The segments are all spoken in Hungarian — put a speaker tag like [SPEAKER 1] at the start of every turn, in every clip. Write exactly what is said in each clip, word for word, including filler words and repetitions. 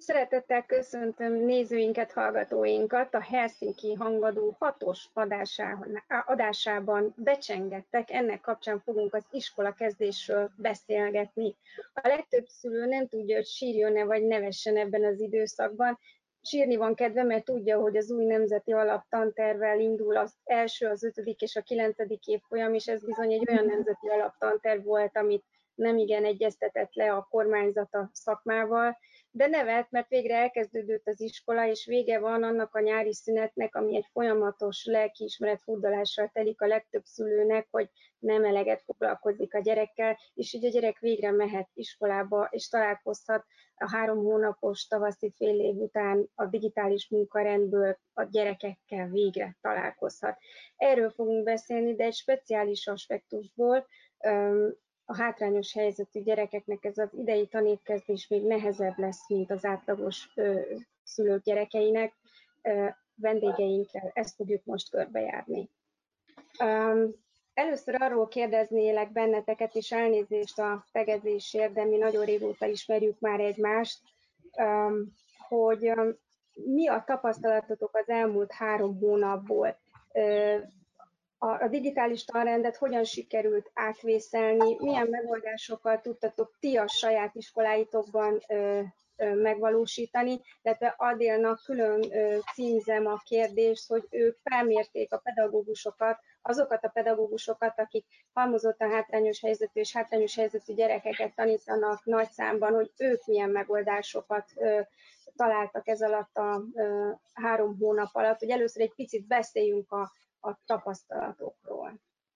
[SPEAKER 1] Szeretettel köszöntöm nézőinket, hallgatóinkat. A Helsinki Hangadó hatos adásában becsengettek. Ennek kapcsán fogunk az iskola kezdésről beszélgetni. A legtöbb szülő nem tudja, hogy sírjon-e vagy nevessen ebben az időszakban. Sírni van kedve, mert tudja, hogy az új nemzeti alaptantervvel indul az első, az ötödik és a kilencedik évfolyam, és ez bizony egy olyan nemzeti alaptanterv volt, amit nem igen egyeztetett le a kormányzat a szakmával, de nevet, mert végre elkezdődött az iskola, és vége van annak a nyári szünetnek, ami egy folyamatos lelkiismeret furdalással telik a legtöbb szülőnek, hogy nem eleget foglalkozik a gyerekkel, és így a gyerek végre mehet iskolába, és találkozhat a három hónapos tavaszi fél év után a digitális munkarendből a gyerekekkel végre találkozhat. Erről fogunk beszélni, de egy speciális aspektusból, a hátrányos helyzetű gyerekeknek ez az idei tanévkezdés még nehezebb lesz, mint az átlagos ö, szülők gyerekeinek. Ö, vendégeinkkel ezt fogjuk most körbejárni. Um, először arról kérdeznélek benneteket, és elnézést a tegezésért, de mi nagyon régóta ismerjük már egymást, um, hogy um, mi a tapasztalatotok az elmúlt három hónapból. Uh, a digitális tanrendet hogyan sikerült átvészelni, milyen megoldásokkal tudtatok ti a saját iskoláitokban ö, ö, megvalósítani, illetve Adélnak külön ö, címzem a kérdést, hogy ők felmérték a pedagógusokat, azokat a pedagógusokat, akik halmozottan hátrányos helyzetű és hátrányos helyzetű gyerekeket tanítanak nagy számban, hogy ők milyen megoldásokat ö, találtak ez alatt a ö, három hónap alatt, hogy először egy picit beszéljünk a a tapasztalatokról.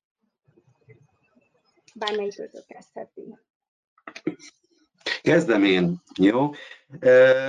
[SPEAKER 1] Bármelyik őtök kezdheti.
[SPEAKER 2] Kezdem én, jó? E,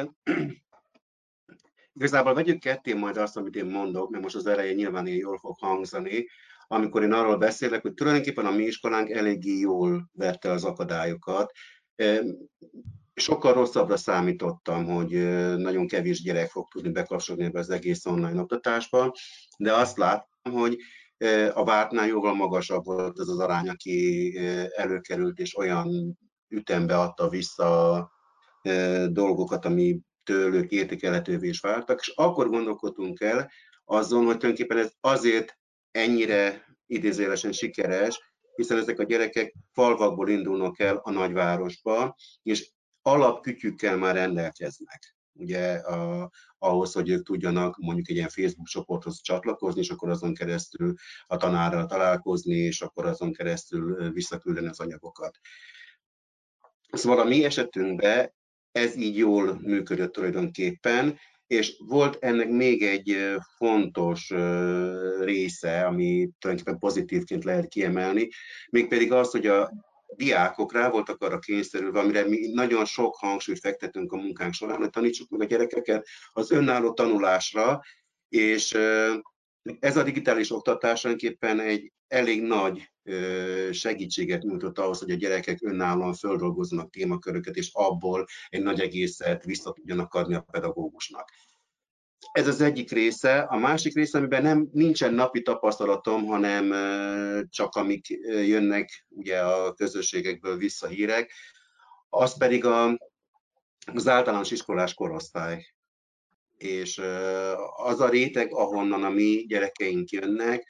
[SPEAKER 2] igazából vegyük ketté majd azt, amit én mondok, mert most az elején nyilván én jól fog hangzani, amikor én arról beszélek, hogy tulajdonképpen a mi iskolánk eléggé jól vette az akadályokat. E, sokkal rosszabbra számítottam, hogy nagyon kevés gyerek fog tudni bekapcsolni ebbe az egész online oktatásba, de azt láttam, hogy a vártnál jóval magasabb volt az az arány, aki előkerült, és olyan ütembe adta vissza dolgokat, ami tőlük értékelhetővé is váltak, és akkor gondolkodtunk el azon, hogy tulajdonképpen ez azért ennyire idézőjelesen sikeres, hiszen ezek a gyerekek falvakból indulnak el a nagyvárosba, és alapkütyükkel már rendelkeznek. Ugye a, ahhoz, hogy ők tudjanak mondjuk egy ilyen Facebook csoporthoz csatlakozni, és akkor azon keresztül a tanárral találkozni, és akkor azon keresztül visszaküldeni az anyagokat. Szóval a mi esetünkben ez így jól működött tulajdonképpen, és volt ennek még egy fontos része, ami tulajdonképpen pozitívként lehet kiemelni, mégpedig az, hogy a diákok rá voltak arra kényszerülve, amire mi nagyon sok hangsúlyt fektetünk a munkánk során, hogy tanítsuk meg a gyerekeket az önálló tanulásra, és ez a digitális oktatás tulajdonképpen egy elég nagy segítséget nyújtott ahhoz, hogy a gyerekek önállóan földolgozzanak témaköröket, és abból egy nagy egészet vissza tudjanak adni a pedagógusnak. Ez az egyik része. A másik része, amiben nem, nincsen napi tapasztalatom, hanem csak amik jönnek ugye a közösségekből vissza hírek, az pedig a, az általános iskolás korosztály. És az a réteg, ahonnan a mi gyerekeink jönnek,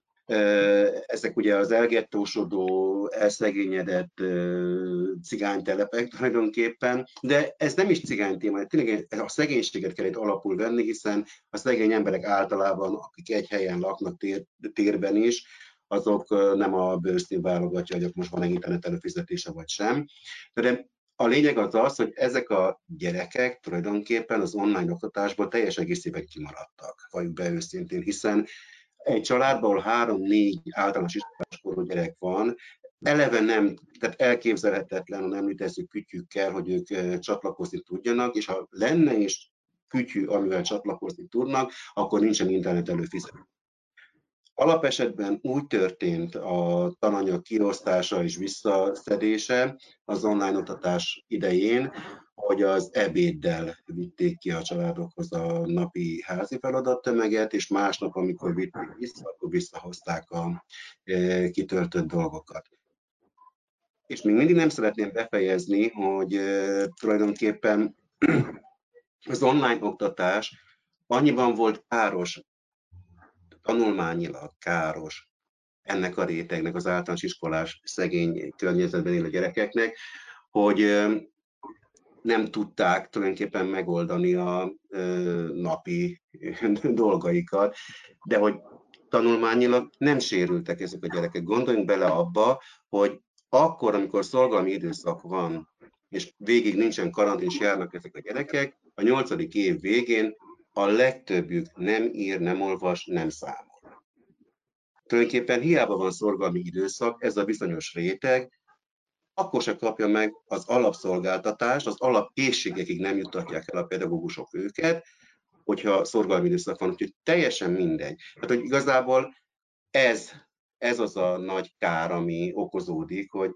[SPEAKER 2] ezek ugye az elgettósodó, elszegényedett cigánytelepek tulajdonképpen, de ez nem is cigány téma, tényleg a szegénységet kell itt alapul venni, hiszen a szegény emberek általában, akik egy helyen laknak tér, térben is, azok nem a bőrszín válogatja, hogy most van egy internet előfizetése vagy sem. De a lényeg az az, hogy ezek a gyerekek tulajdonképpen az online oktatásból teljes egészében kimaradtak, valljuk be őszintén, hiszen egy családban, ahol három-négy általános iskoláskorú gyerek van, eleve nem, tehát elképzelhetetlen, ha említezzük kütyükkel, hogy ők csatlakozni tudjanak, és ha lenne is kütyű, amivel csatlakozni tudnak, akkor nincsen internet előfizetés. Alapesetben úgy történt a tananyag kiosztása és visszaszedése az online oktatás idején, hogy az ebéddel vitték ki a családokhoz a napi házi feladattömeget, és másnap, amikor vitték vissza, akkor visszahozták a e, kitöltött dolgokat. És még mindig nem szeretném befejezni, hogy e, tulajdonképpen Az online oktatás annyiban volt káros, tanulmányilag káros ennek a rétegnek, az általános iskolás szegény környezetben élő gyerekeknek, hogy nem tudták tulajdonképpen megoldani a napi dolgaikat, de hogy tanulmányilag nem sérültek ezek a gyerekek. Gondoljunk bele abba, hogy akkor, amikor szorgalmi időszak van, és végig nincsen karantén, és járnak ezek a gyerekek, a nyolcadik év végén a legtöbbjük nem ír, nem olvas, nem számol. Tulajdonképpen hiába van szorgalmi időszak, ez a bizonyos réteg, akkor se kapja meg az alapszolgáltatást, az alapkészségekig nem juttatják el a pedagógusok őket, hogyha szorgalmi időszak van, úgyhogy teljesen mindegy. Tehát, hogy igazából ez, ez az a nagy kár, ami okozódik, hogy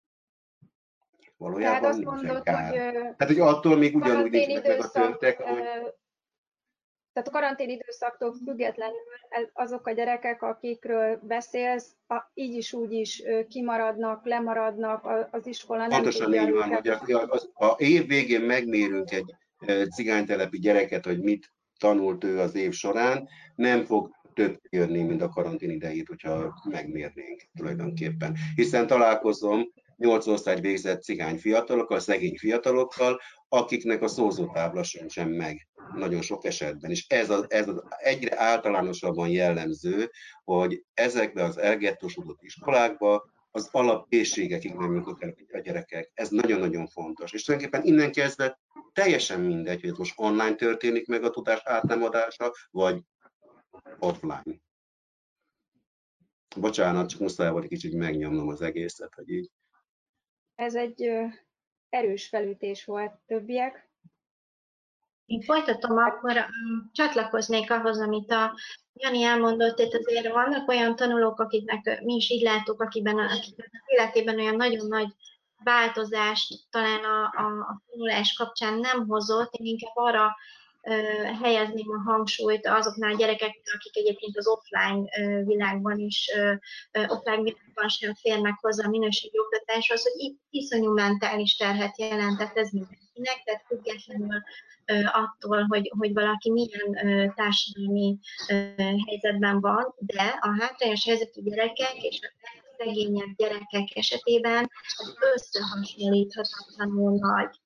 [SPEAKER 2] valójában
[SPEAKER 1] Tehát azt
[SPEAKER 2] nincsen
[SPEAKER 1] mondod,
[SPEAKER 2] kár.
[SPEAKER 1] hogy
[SPEAKER 2] Tehát, hogy attól még ugyanúgy
[SPEAKER 1] karantén
[SPEAKER 2] nincs meg a
[SPEAKER 1] időszak,
[SPEAKER 2] töntek, hogy...
[SPEAKER 1] tehát a karantén időszaktól függetlenül azok a gyerekek, akikről beszélsz, így is úgy is kimaradnak, lemaradnak, az iskola nem
[SPEAKER 2] Pontosan
[SPEAKER 1] tudja
[SPEAKER 2] így van,
[SPEAKER 1] őket.
[SPEAKER 2] hogy a, a, a év végén megmérünk egy cigánytelepi gyereket, hogy mit tanult ő az év során, nem fog több jönni, mint a karantén idejét, hogyha megmérnénk tulajdonképpen. Hiszen találkozom nyolc osztályt végzett cigány fiatalokkal, szegény fiatalokkal, akiknek a szózótábla sincsen meg nagyon sok esetben. És ez az, ez az egyre általánosabban jellemző, hogy ezekben az elgettósodott iskolákban az alapkészségekig nem jutnak el a gyerekek. Ez nagyon-nagyon fontos. És tulajdonképpen innen kezdve teljesen mindegy, hogy ez most online történik meg a tudás átnemadása, vagy offline. Bocsánat, csak muszáj volt egy kicsit megnyomnom az egészet, hogy így.
[SPEAKER 1] Ez egy erős felütés volt. Többiek?
[SPEAKER 3] Én folytatom, akkor um, csatlakoznék ahhoz, amit a Jani elmondott, itt azért vannak olyan tanulók, akiknek mi is így látok, akikben, akiknek az életében olyan nagyon nagy változást talán a, a, a tanulás kapcsán nem hozott. Én inkább arra uh, helyezném a hangsúlyt azoknál a gyerekeknél, akik egyébként az offline uh, világban is, uh, uh, offline világban sem férnek hozzá a minőségi oktatáshoz, hogy itt iszonyú mentális terhet jelentett ez mindenkinek, tehát függetlenül attól, hogy, hogy valaki milyen társadalmi helyzetben van, de a hátrányos helyzetű gyerekek és a legszegényebb gyerekek esetében az összehasonlíthatatlanul nagy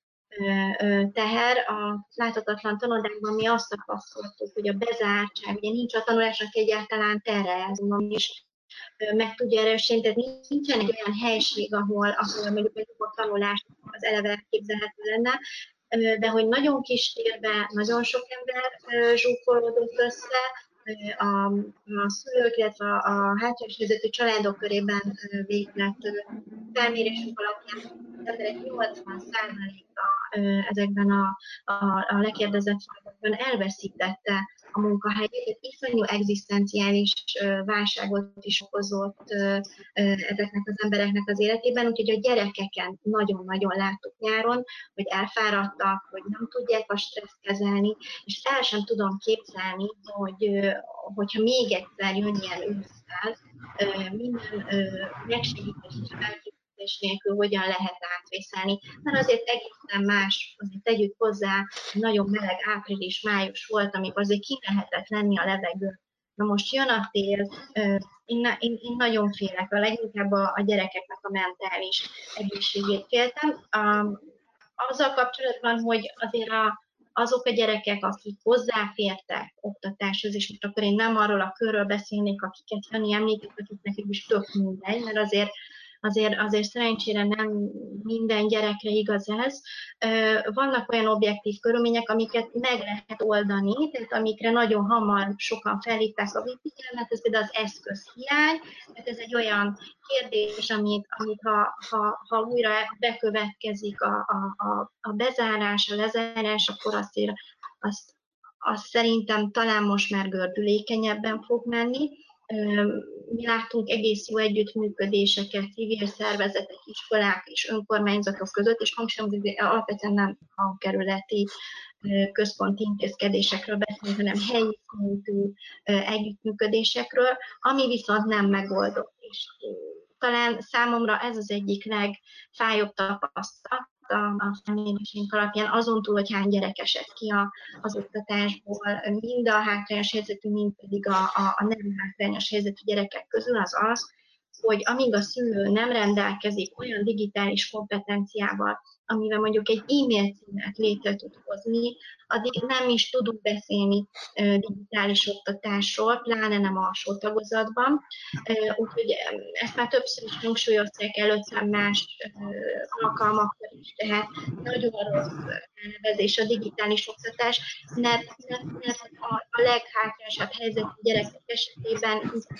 [SPEAKER 3] teher. A láthatatlan tanodákban mi azt tapasztaltuk, hogy a bezártság, ugye nincs a tanulásnak egyáltalán tere, ez is meg tudja erősíteni, tehát nincsen egy olyan helység, ahol, ahol mondjuk a tanulás az eleve képzelhető lenne, de hogy nagyon kis térben nagyon sok ember zsúfolódott össze, a, a szülők, illetve a, a hátrányos helyzetű családok körében végzett felmérések alapján emberek nyolcvan százaléka ezekben a, a, a lekérdezett falvakban elveszítette a munkahelyét, tehát iszonyú egzisztenciális válságot is okozott ezeknek az embereknek az életében, úgyhogy a gyerekeken nagyon-nagyon láttuk nyáron, hogy elfáradtak, hogy nem tudják a stresszt kezelni, és el sem tudom képzelni, hogy hogyha még egyszer jön ilyen ősszel, minden megsegítés és elképzelés nélkül hogyan lehet átvészelni. Mert azért egészen más, azért tegyük hozzá, nagyon meleg április-május volt, amikor azért ki lehetett lenni a levegőn. Na most jön a tél, én, én, én nagyon félek, a leginkább a, a gyerekeknek a mentális egészségét féltem. Um, azzal kapcsolatban, hogy azért a, azok a gyerekek, akik hozzáfértek oktatáshoz, és most akkor én nem arról a körről beszélnék, akiket Jani említett, akiknek is tök mindegy, mert azért Azért, azért szerencsére nem minden gyerekre igaz ez. Vannak olyan objektív körülmények, amiket meg lehet oldani, tehát amikre nagyon hamar sokan felhívták a figyelmet, ez például az eszközhiány, tehát ez egy olyan kérdés, amit, amit ha, ha, ha újra bekövetkezik a, a, a, a bezárás, a lezárás, akkor azért azt, azt szerintem talán most már gördülékenyebben fog menni. Mi láttunk egész jó együttműködéseket civil szervezetek, iskolák és önkormányzatok között, és hangsúlyozom, hogy alapvetően nem a kerületi központi intézkedésekről beszélünk, hanem helyi szintű együttműködésekről, ami viszont nem megoldott. És talán számomra ez az egyik legfájóbb tapasztalat, a felmérésünk alapján, azon túl, hogy hány gyerek esett ki a, az oktatásból, mind a hátrányos helyzetű, mind pedig a, a, a nem hátrányos helyzetű gyerekek közül, az az, hogy amíg a szülő nem rendelkezik olyan digitális kompetenciával, amivel mondjuk egy e-mail címet létre tud hozni, addig nem is tudunk beszélni digitális oktatásról, pláne nem alsó tagozatban. Úgyhogy ezt már többször is hangsúlyozták előttem más alkalmakkor is, tehát nagyon rossz elnevezés a digitális oktatás, mert, mert, mert a, a leghátrányosabb helyzetű gyerekek esetében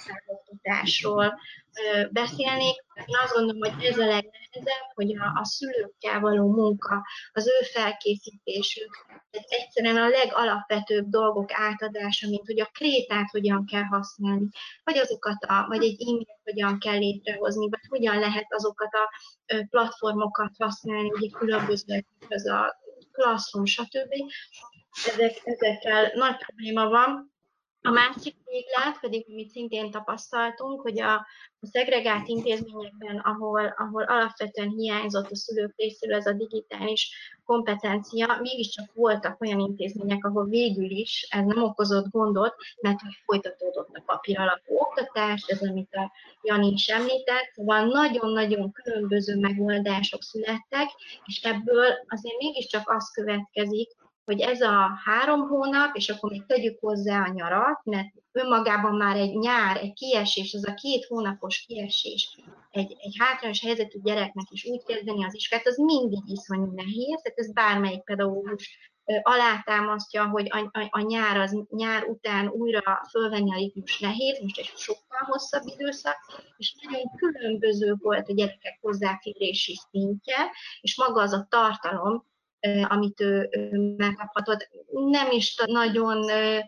[SPEAKER 3] oktatásról beszélnék. Én azt gondolom, hogy ez a legnehezebb, hogy a, a szülőkkel való munka, az ő felkészítésük, ez egyszerűen a legalapvetőbb dolgok átadása, mint hogy a krétát hogyan kell használni, vagy azokat a, vagy egy e-mailt hogyan kell létrehozni, vagy hogyan lehet azokat a platformokat használni, ugye különbözőek, az a Classroom, stb. Ezek, ezekkel nagy probléma van. A másik véglet pedig, amit szintén tapasztaltunk, hogy a, a szegregált intézményekben, ahol, ahol alapvetően hiányzott a szülők részéről ez a digitális kompetencia, mégiscsak voltak olyan intézmények, ahol végül is ez nem okozott gondot, mert folytatódott a papír alapú oktatás, ez amit a Jani is említett, szóval nagyon-nagyon különböző megoldások születtek, és ebből azért mégiscsak az következik, hogy ez a három hónap, és akkor még tegyük hozzá a nyarat, mert önmagában már egy nyár, egy kiesés, az a két hónapos kiesés, egy, egy hátrányos helyzetű gyereknek is úgy kezdeni az iskolát, az mindig iszonyú nehéz, tehát ez bármelyik pedagógus alátámasztja, hogy a, a, a nyár, az, nyár után újra fölvenni a ritmus nehéz, most egy sokkal hosszabb időszak, és nagyon különböző volt a gyerekek hozzáférési szintje, és maga az a tartalom, amit ő, ő megkaphatott, nem is nagyon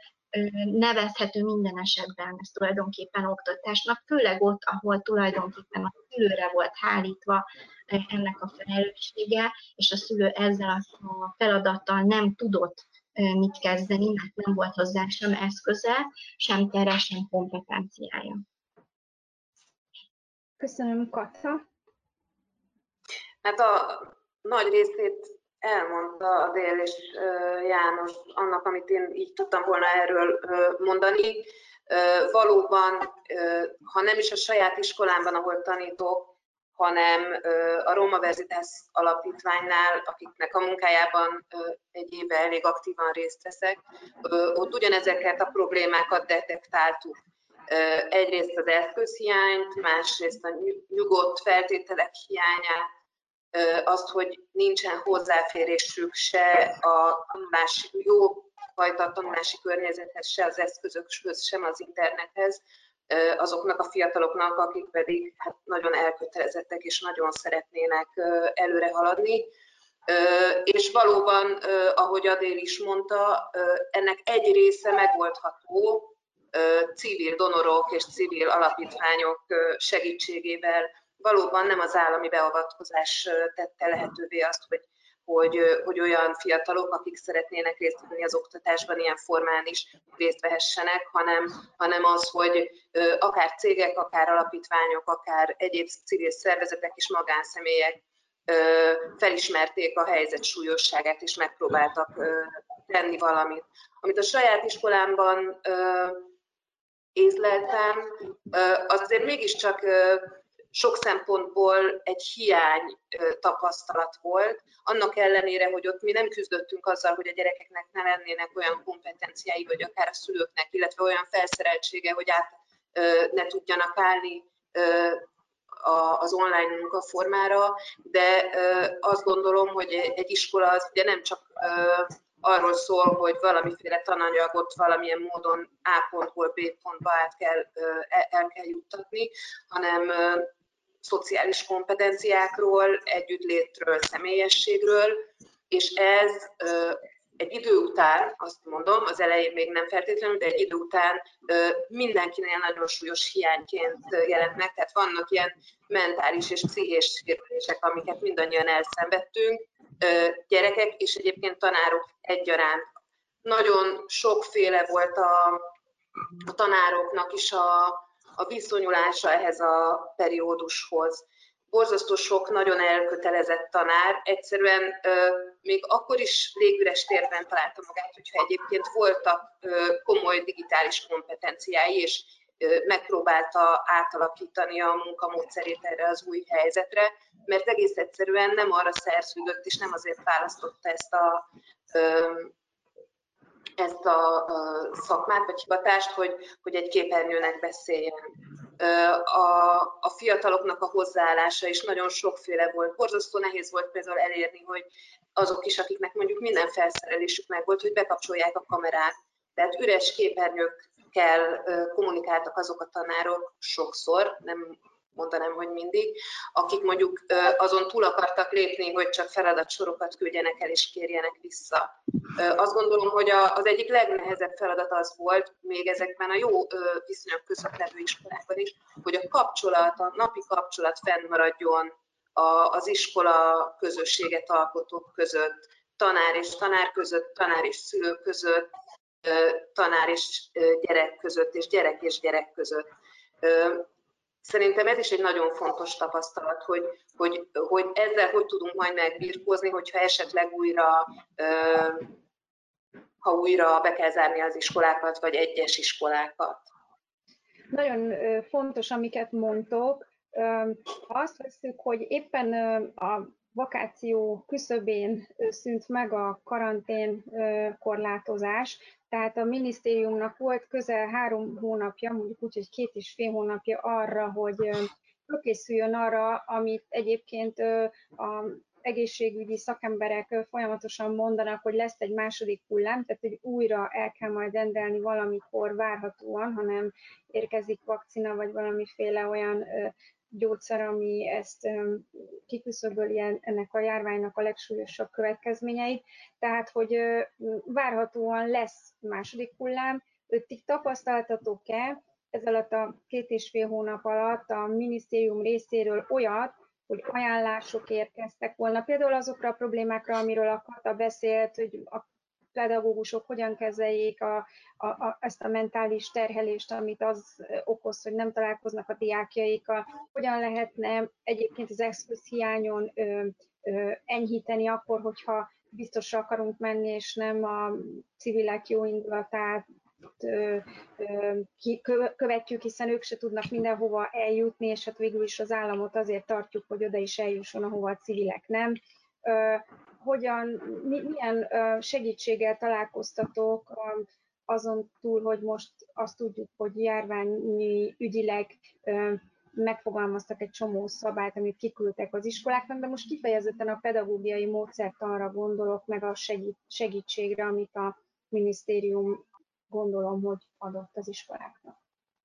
[SPEAKER 3] nevezhető minden esetben ez tulajdonképpen oktatásnak, főleg ott, ahol tulajdonképpen a szülőre volt hárítva ennek a felelőssége, és a szülő ezzel a feladattal nem tudott mit kezdeni, mert nem volt hozzá sem eszköze, sem tere, sem kompetenciája.
[SPEAKER 1] Köszönöm, Kata.
[SPEAKER 4] Hát a nagy részét elmondta a Dél és János annak, amit én így tudtam volna erről mondani. Valóban, ha nem is a saját iskolámban, ahol tanítok, hanem a Roma Veritas Alapítványnál, akiknek a munkájában egy éve elég aktívan részt veszek, ott ugyanezeket a problémákat detektáltuk. Egyrészt az eszközhiányt, másrészt a nyugodt feltételek hiányát, azt, hogy nincsen hozzáférésük se a tanulási, jó fajta tanulási környezethez, se az eszközökhöz, sem az internethez, azoknak a fiataloknak, akik pedig hát nagyon elkötelezettek és nagyon szeretnének előre haladni. És valóban, ahogy Adél is mondta, ennek egy része megoldható civil donorok és civil alapítványok segítségével. Valóban nem az állami beavatkozás tette lehetővé azt, hogy, hogy, hogy olyan fiatalok, akik szeretnének részt venni az oktatásban, ilyen formán is részt vehessenek, hanem, hanem az, hogy akár cégek, akár alapítványok, akár egyéb civil szervezetek és magánszemélyek felismerték a helyzet súlyosságát és megpróbáltak tenni valamit. Amit a saját iskolámban észleltem, az azért mégiscsak sok szempontból egy hiány tapasztalat volt, annak ellenére, hogy ott mi nem küzdöttünk azzal, hogy a gyerekeknek ne lennének olyan kompetenciái, vagy akár a szülőknek, illetve olyan felszereltsége, hogy át ne tudjanak állni az online munkaformára, de azt gondolom, hogy egy iskola az ugye nem csak arról szól, hogy valamiféle tananyagot valamilyen módon A pontból B pontba át kell, el kell juttatni, hanem szociális kompetenciákról, együttlétről, személyességről, és ez egy idő után, azt mondom, az elején még nem feltétlenül, de egy idő után mindenkinél nagyon súlyos hiányként jelent meg, tehát vannak ilyen mentális és pszichés sérülések, amiket mindannyian elszenvedtünk, gyerekek és egyébként tanárok egyaránt. Nagyon sokféle volt a, a tanároknak is a, a viszonyulása ehhez a periódushoz. borzasztó sok nagyon elkötelezett tanár egyszerűen még akkor is légüres térben találta magát, hogyha egyébként voltak komoly digitális kompetenciái, és megpróbálta átalakítani a munkamódszerét erre az új helyzetre, mert egész egyszerűen nem arra szerződött, és nem azért választotta ezt a, ezt a szakmát, vagy hivatást, hogy, hogy egy képernyőnek beszéljen. A, a fiataloknak a hozzáállása is nagyon sokféle volt. Borzasztó nehéz volt például elérni, hogy azok is, akiknek mondjuk minden felszerelésük meg volt, hogy bekapcsolják a kamerát. Tehát üres képernyőkkel kommunikáltak azok a tanárok sokszor, nem mondanám, hogy mindig, akik mondjuk azon túl akartak lépni, hogy csak feladatsorokat küldjenek el és kérjenek vissza. Azt gondolom, hogy az egyik legnehezebb feladat az volt, még ezekben a jó viszonyok között levő iskolákban is, hogy a kapcsolat, a napi kapcsolat fennmaradjon az iskola közösséget alkotók között, tanár és tanár között, tanár és szülő között, tanár és gyerek között, és gyerek és gyerek között. Szerintem ez is egy nagyon fontos tapasztalat, hogy, hogy, hogy ezzel hogy tudunk majd megbirkózni, hogyha esetleg újra, ha újra be kell zárni az iskolákat, vagy egyes iskolákat.
[SPEAKER 1] Nagyon fontos, amiket mondtok. Azt veszük, hogy éppen a vakáció küszöbén szűnt meg a karantén korlátozás, tehát a minisztériumnak volt közel három hónapja, mondjuk úgy, hogy két és fél hónapja arra, hogy fölkészüljön arra, amit egyébként az egészségügyi szakemberek folyamatosan mondanak, hogy lesz egy második hullám, tehát hogy újra el kell majd rendelni valamikor várhatóan, hanem érkezik vakcina, vagy valamiféle olyan gyógyszer, ami ezt kiküszöböli ennek a járványnak a legsúlyosabb következményeit. Tehát, hogy várhatóan lesz második hullám. Ti tapasztaltatok-e ez alatt a két és fél hónap alatt a minisztérium részéről olyat, hogy ajánlások érkeztek volna, például azokra a problémákra, amiről a Kata beszélt, hogy a pedagógusok hogyan kezeljék a, a, a, ezt a mentális terhelést, amit az okoz, hogy nem találkoznak a diákjaikkal, hogyan lehetne egyébként az eszközhiányon ö, ö, enyhíteni akkor, hogyha biztosra akarunk menni, és nem a civilek jó indulatát ö, ö, ki, követjük, hiszen ők se tudnak mindenhova eljutni, és hát végül is az államot azért tartjuk, hogy oda is eljusson, ahova a civilek nem. Ö, hogyan, milyen segítséggel találkoztatok azon túl, hogy most azt tudjuk, hogy járványi ügyileg megfogalmaztak egy csomó szabályt, amit kiküldtek az iskoláknak, de most kifejezetten a pedagógiai módszertanra gondolok, meg a segít, segítségre, amit a minisztérium gondolom, hogy adott az iskoláknak.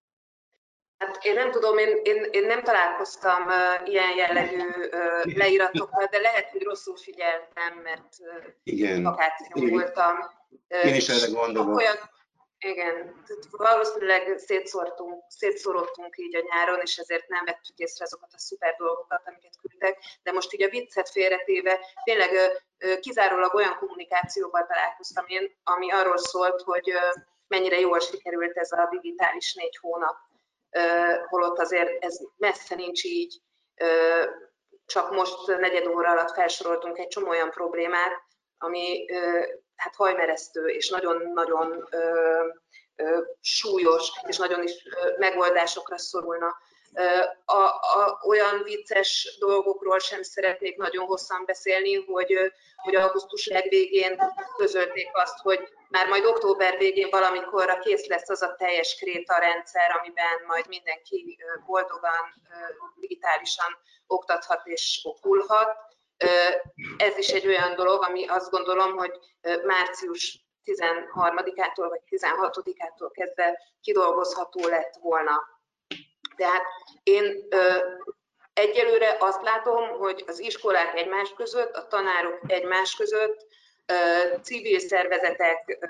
[SPEAKER 4] Hát én nem tudom, én, én, én nem találkoztam uh, ilyen jellegű uh, leíratokkal, de lehet, hogy rosszul figyeltem, mert uh, vakáción voltam.
[SPEAKER 2] Uh, én is erre gondolom.
[SPEAKER 4] Olyan, igen, valószínűleg szétszórtunk, szétszórodtunk így a nyáron, és ezért nem vettük észre azokat a szuper dolgokat, amiket küldtek, de most így a viccet félretéve tényleg uh, kizárólag olyan kommunikációval találkoztam én, ami arról szólt, hogy uh, mennyire jól sikerült ez a digitális négy hónap. Uh, holott azért ez messze nincs így, uh, csak most negyed óra alatt felsoroltunk egy csomó olyan problémát, ami uh, hát hajmeresztő és nagyon-nagyon uh, uh, súlyos, és nagyon is uh, megoldásokra szorulna. Uh, a, a, olyan vicces dolgokról sem szeretnék nagyon hosszan beszélni, hogy, uh, hogy augusztus legvégén közölték azt, hogy már majd október végén valamikorra kész lesz az a teljes kréta rendszer, amiben majd mindenki boldogan, digitálisan oktathat és okulhat. Ez is egy olyan dolog, ami azt gondolom, hogy március tizenharmadikától vagy tizenhatodikától kezdve kidolgozható lett volna. Tehát én egyelőre azt látom, hogy az iskolák egymás között, a tanárok egymás között, civil szervezetek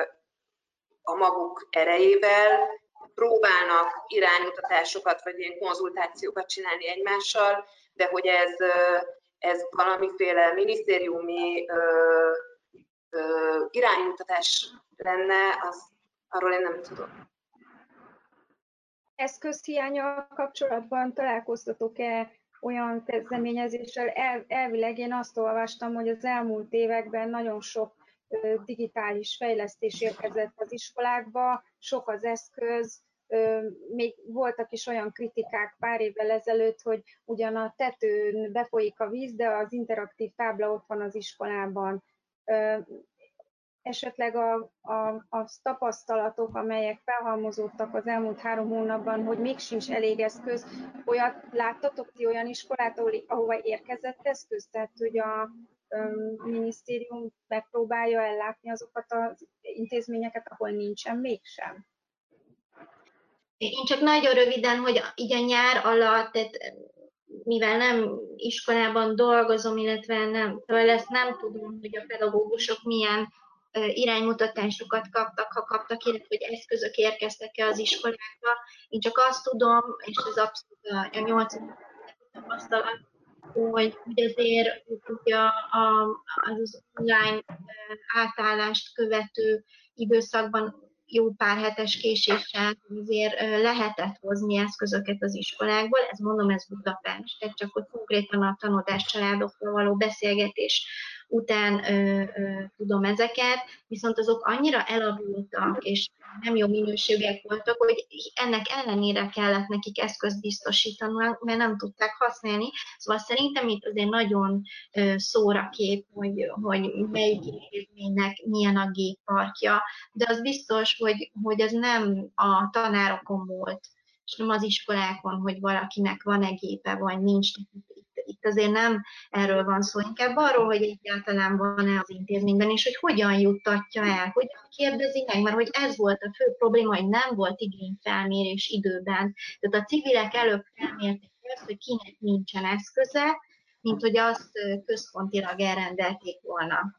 [SPEAKER 4] a maguk erejével próbálnak iránymutatásokat vagy ilyen konzultációkat csinálni egymással, de hogy ez, ez valamiféle minisztériumi iránymutatás lenne, az, arról én nem tudom.
[SPEAKER 1] Eszközhiánnyal kapcsolatban találkoztatok-e olyan kezdeményezéssel. El, elvileg én azt olvastam, hogy az elmúlt években nagyon sok ö, digitális fejlesztés érkezett az iskolákba, sok az eszköz, ö, még voltak is olyan kritikák pár évvel ezelőtt, hogy ugyan a tetőn befolyik a víz, de az interaktív tábla ott van az iskolában. Ö, esetleg a, a, a tapasztalatok, amelyek felhalmozódtak az elmúlt három hónapban, hogy még sincs elég eszköz, olyat láttatok ti olyan iskolát, ahol, ahova érkezett eszköz? Tehát, hogy a um, minisztérium megpróbálja ellátni azokat az intézményeket, ahol nincsen mégsem?
[SPEAKER 3] Én csak nagyon röviden, hogy így a nyár alatt, tehát mivel nem iskolában dolgozom, illetve nem, ezt nem tudom, hogy a pedagógusok milyen iránymutatásokat kaptak, ha kaptak, illetve hogy eszközök érkeztek-e az iskolákba. Én csak azt tudom, és ez abszolút a nyolcadik tapasztalat, hogy, hogy azért ugye a, a, az online átállást követő időszakban jó pár hetes késéssel azért lehetett hozni eszközöket az iskolákból, ez mondom, ez Budapest, tehát csak hogy konkrétan a tanodás családokkal való beszélgetés után ö, ö, tudom ezeket, viszont azok annyira elavultak, és nem jó minőségek voltak, hogy ennek ellenére kellett nekik eszközt biztosítani, mert nem tudták használni. Szóval szerintem itt azért nagyon ö, szórakép, hogy, hogy melyik intézménynek milyen a gépparkja, de az biztos, hogy, hogy ez nem a tanárokon volt, és nem az iskolákon, hogy valakinek van-e gépe, vagy nincs. Itt, itt azért nem erről van szó, inkább arról, hogy egyáltalán van-e az intézményben, és hogy hogyan juttatja el, hogyan kérdezi meg, mert hogy ez volt a fő probléma, hogy nem volt igényfelmérés időben. Tehát a civilek előbb felmérték azt, hogy kinek nincsen eszköze, mint hogy azt központilag elrendelték volna.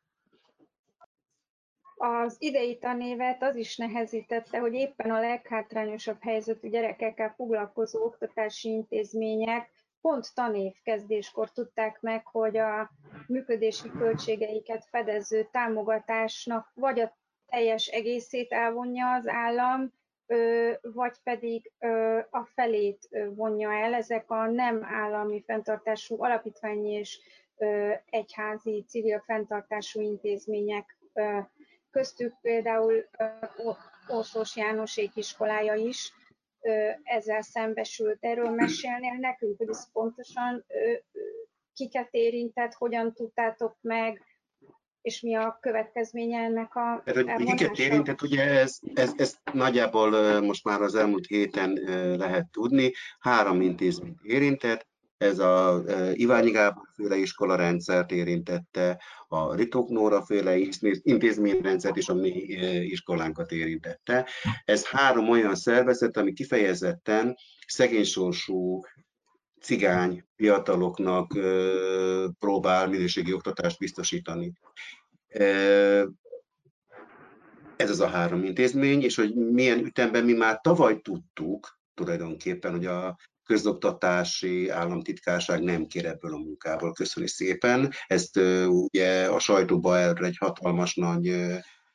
[SPEAKER 1] Az idei tanévet az is nehezítette, hogy éppen a leghátrányosabb helyzetű gyerekekkel foglalkozó oktatási intézmények pont tanévkezdéskor tudták meg, hogy a működési költségeiket fedező támogatásnak vagy a teljes egészét elvonja az állam, vagy pedig a felét vonja el. Ezek a nem állami fenntartású alapítványi és egyházi civil fenntartású intézmények, köztük például Orszós Jánosék iskolája is ezzel szembesült. Erről mesélnél nekünk, hogy ez pontosan kiket érintett, hogyan tudtátok meg, és mi a következménye ennek a
[SPEAKER 2] elvonása? Kiket érintett, ugye ez, ez, ez nagyjából most már az elmúlt héten lehet tudni, három intézményt érintett. Ez a Iványi Gábor féle iskolarendszert érintette, a Ritók Nóra féle intézményrendszert és a mi iskolánkat érintette. Ez három olyan szervezet, ami kifejezetten szegénysorsú cigány fiataloknak próbál minőségi oktatást biztosítani. Ez az a három intézmény, és hogy milyen ütemben mi már tavaly tudtuk tulajdonképpen, hogy a közoktatási államtitkárság nem kér ebből a munkából. Köszönöm szépen. Ezt uh, ugye a sajtóban erre egy hatalmas nagy uh,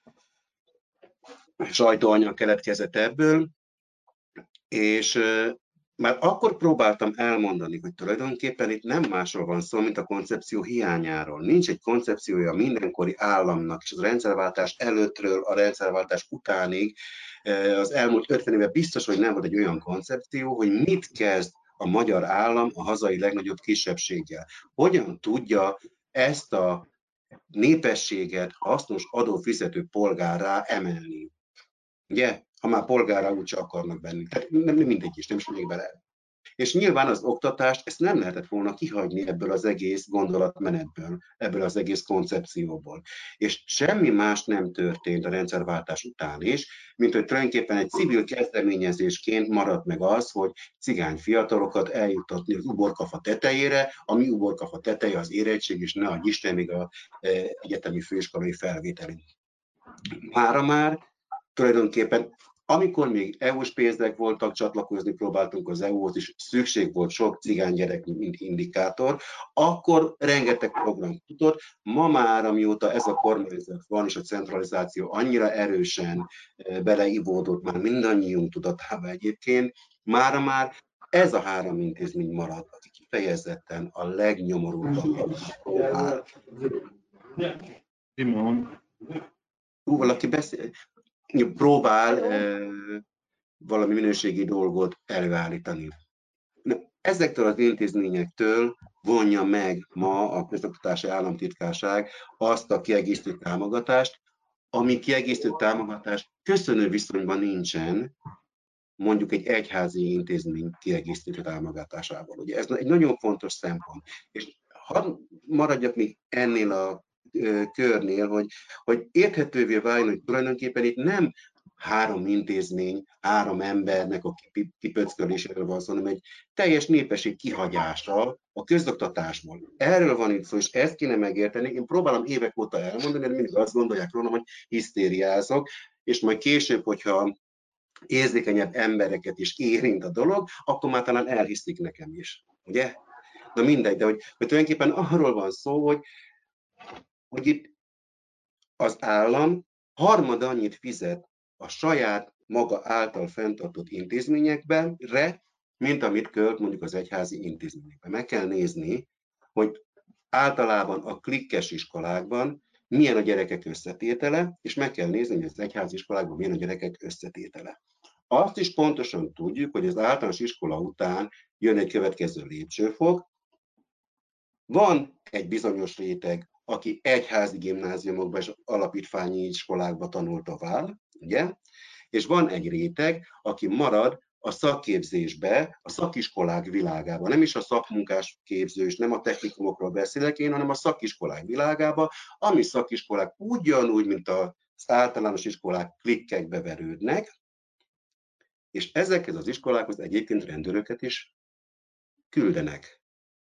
[SPEAKER 2] sajtóanyag keletkezett ebből, és uh, már akkor próbáltam elmondani, hogy tulajdonképpen itt nem másról van szó, mint a koncepció hiányáról. Nincs egy koncepciója mindenkori államnak, és az rendszerváltás előttről a rendszerváltás utánig az elmúlt ötven évben biztos, hogy nem volt egy olyan koncepció, hogy mit kezd a magyar állam a hazai legnagyobb kisebbséggel. Hogyan tudja ezt a népességet hasznos adófizető polgárrá emelni. Ugye? Ha már polgárra úgyse akarnak benni. Tehát nem mindegy is, nem is még bele. És nyilván az oktatást, ezt nem lehetett volna kihagyni ebből az egész gondolatmenetből, ebből az egész koncepcióból. És semmi más nem történt a rendszerváltás után is, mint hogy tulajdonképpen egy civil kezdeményezésként maradt meg az, hogy cigány fiatalokat eljuttatni az uborkafa tetejére, ami uborkafa teteje az érettség, és ne adj Isten, még az egyetemi főiskolai felvételünk. Mára már tulajdonképpen amikor még é u-s pénzek voltak, csatlakozni próbáltunk az é u-hoz, és szükség volt sok cigány gyerek, mint indikátor, akkor rengeteg program futott. Ma már, amióta ez a kormányzat van, és a centralizáció annyira erősen beleivódott már mindannyiunk tudatába egyébként, mára már ez a három intézmény marad, aki kifejezetten a legnyomorultabb próbál. Valaki beszél, próbál e, valami minőségi dolgot előállítani. Ezektől az intézményektől vonja meg ma a Közoktatási Államtitkárság azt a kiegészítő támogatást, ami kiegészítő támogatás köszönő viszonyban nincsen, mondjuk egy egyházi intézmény kiegészítő támogatásával. Ugye ez egy nagyon fontos szempont. És hadd maradjak még ennél a körnél, hogy, hogy érthetővé váljon, hogy tulajdonképpen itt nem három intézmény, három embernek a kipöcköléséről van szó, hanem egy teljes népesség kihagyása a közoktatásból. Erről van itt szó, és ezt kéne megérteni. Én próbálom évek óta elmondani, mert mindig azt gondolják rólam, hogy hisztériázok, és majd később, hogyha érzékenyebb embereket is érint a dolog, akkor már talán elhiszik nekem is. Ugye? Na mindegy, de hogy, hogy tulajdonképpen arról van szó, hogy, hogy itt az állam harmad annyit fizet a saját maga által fenntartott intézményekben, mint amit költ mondjuk az egyházi intézményekben. Meg kell nézni, hogy általában a klikkes iskolákban milyen a gyerekek összetétele, és meg kell nézni, hogy az egyházi iskolákban milyen a gyerekek összetétele. Azt is pontosan tudjuk, hogy az általános iskola után jön egy következő lépcsőfok. Van egy bizonyos réteg, aki egyházi gimnáziumokban és alapítványi iskolákban tanul tovább, ugye? És van egy réteg, aki marad a szakképzésbe, a szakiskolák világában. Nem is a szakmunkás képzős, nem a technikumokról beszélek én, hanem a szakiskolák világába, ami szakiskolák ugyanúgy, mint az általános iskolák klikkekbe verődnek, és ezekhez az iskolákhoz egyébként rendőröket is küldenek.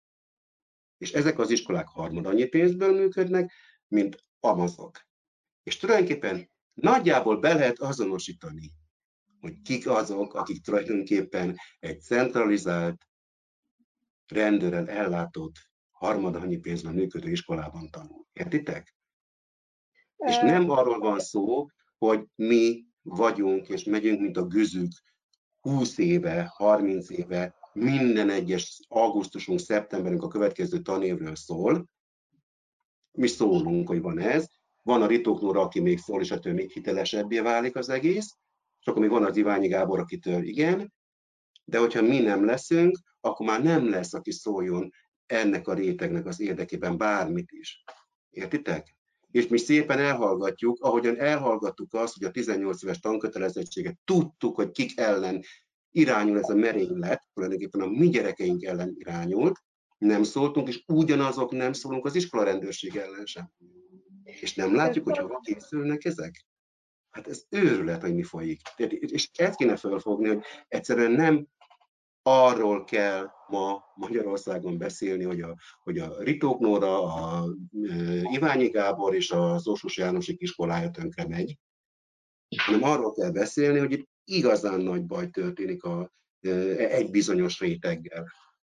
[SPEAKER 2] És ezek az iskolák harmad annyi pénzből működnek, mint amazok. És tulajdonképpen nagyjából be lehet azonosítani, hogy kik azok, akik tulajdonképpen egy centralizált, rendőrrel ellátott, harmad annyi pénzben működő iskolában tanul. Értitek? És nem arról van szó, hogy mi vagyunk és megyünk, mint a güzük, húsz éve, harminc éve, minden egyes augusztusunk, szeptemberünk a következő tanévről szól. Mi szólunk, hogy van ez. Van a Ritók Nóra, aki még szól, és ettől még hitelesebbé válik az egész. És akkor még van az Iványi Gábor, akitől igen. De hogyha mi nem leszünk, akkor már nem lesz, aki szóljon ennek a rétegnek az érdekében bármit is. Értitek? És mi szépen elhallgatjuk, ahogyan elhallgattuk azt, hogy a tizennyolc éves tankötelezettséget tudtuk, hogy kik ellen irányul ez a merénylet, tulajdonképpen a mi gyerekeink ellen irányult, nem szóltunk, és ugyanazok nem szólunk az iskolarendőrség ellen sem. És nem látjuk, hogy hova készülnek ezek? Hát ez őrület, hogy mi folyik. És ezt kéne felfogni, hogy egyszerűen nem arról kell ma Magyarországon beszélni, hogy a, hogy a Ritók Nóra, a Iványi Gábor és az Orsos Jánosik iskolája tönkre megy, hanem arról kell beszélni, hogy itt igazán nagy baj történik a, egy bizonyos réteggel.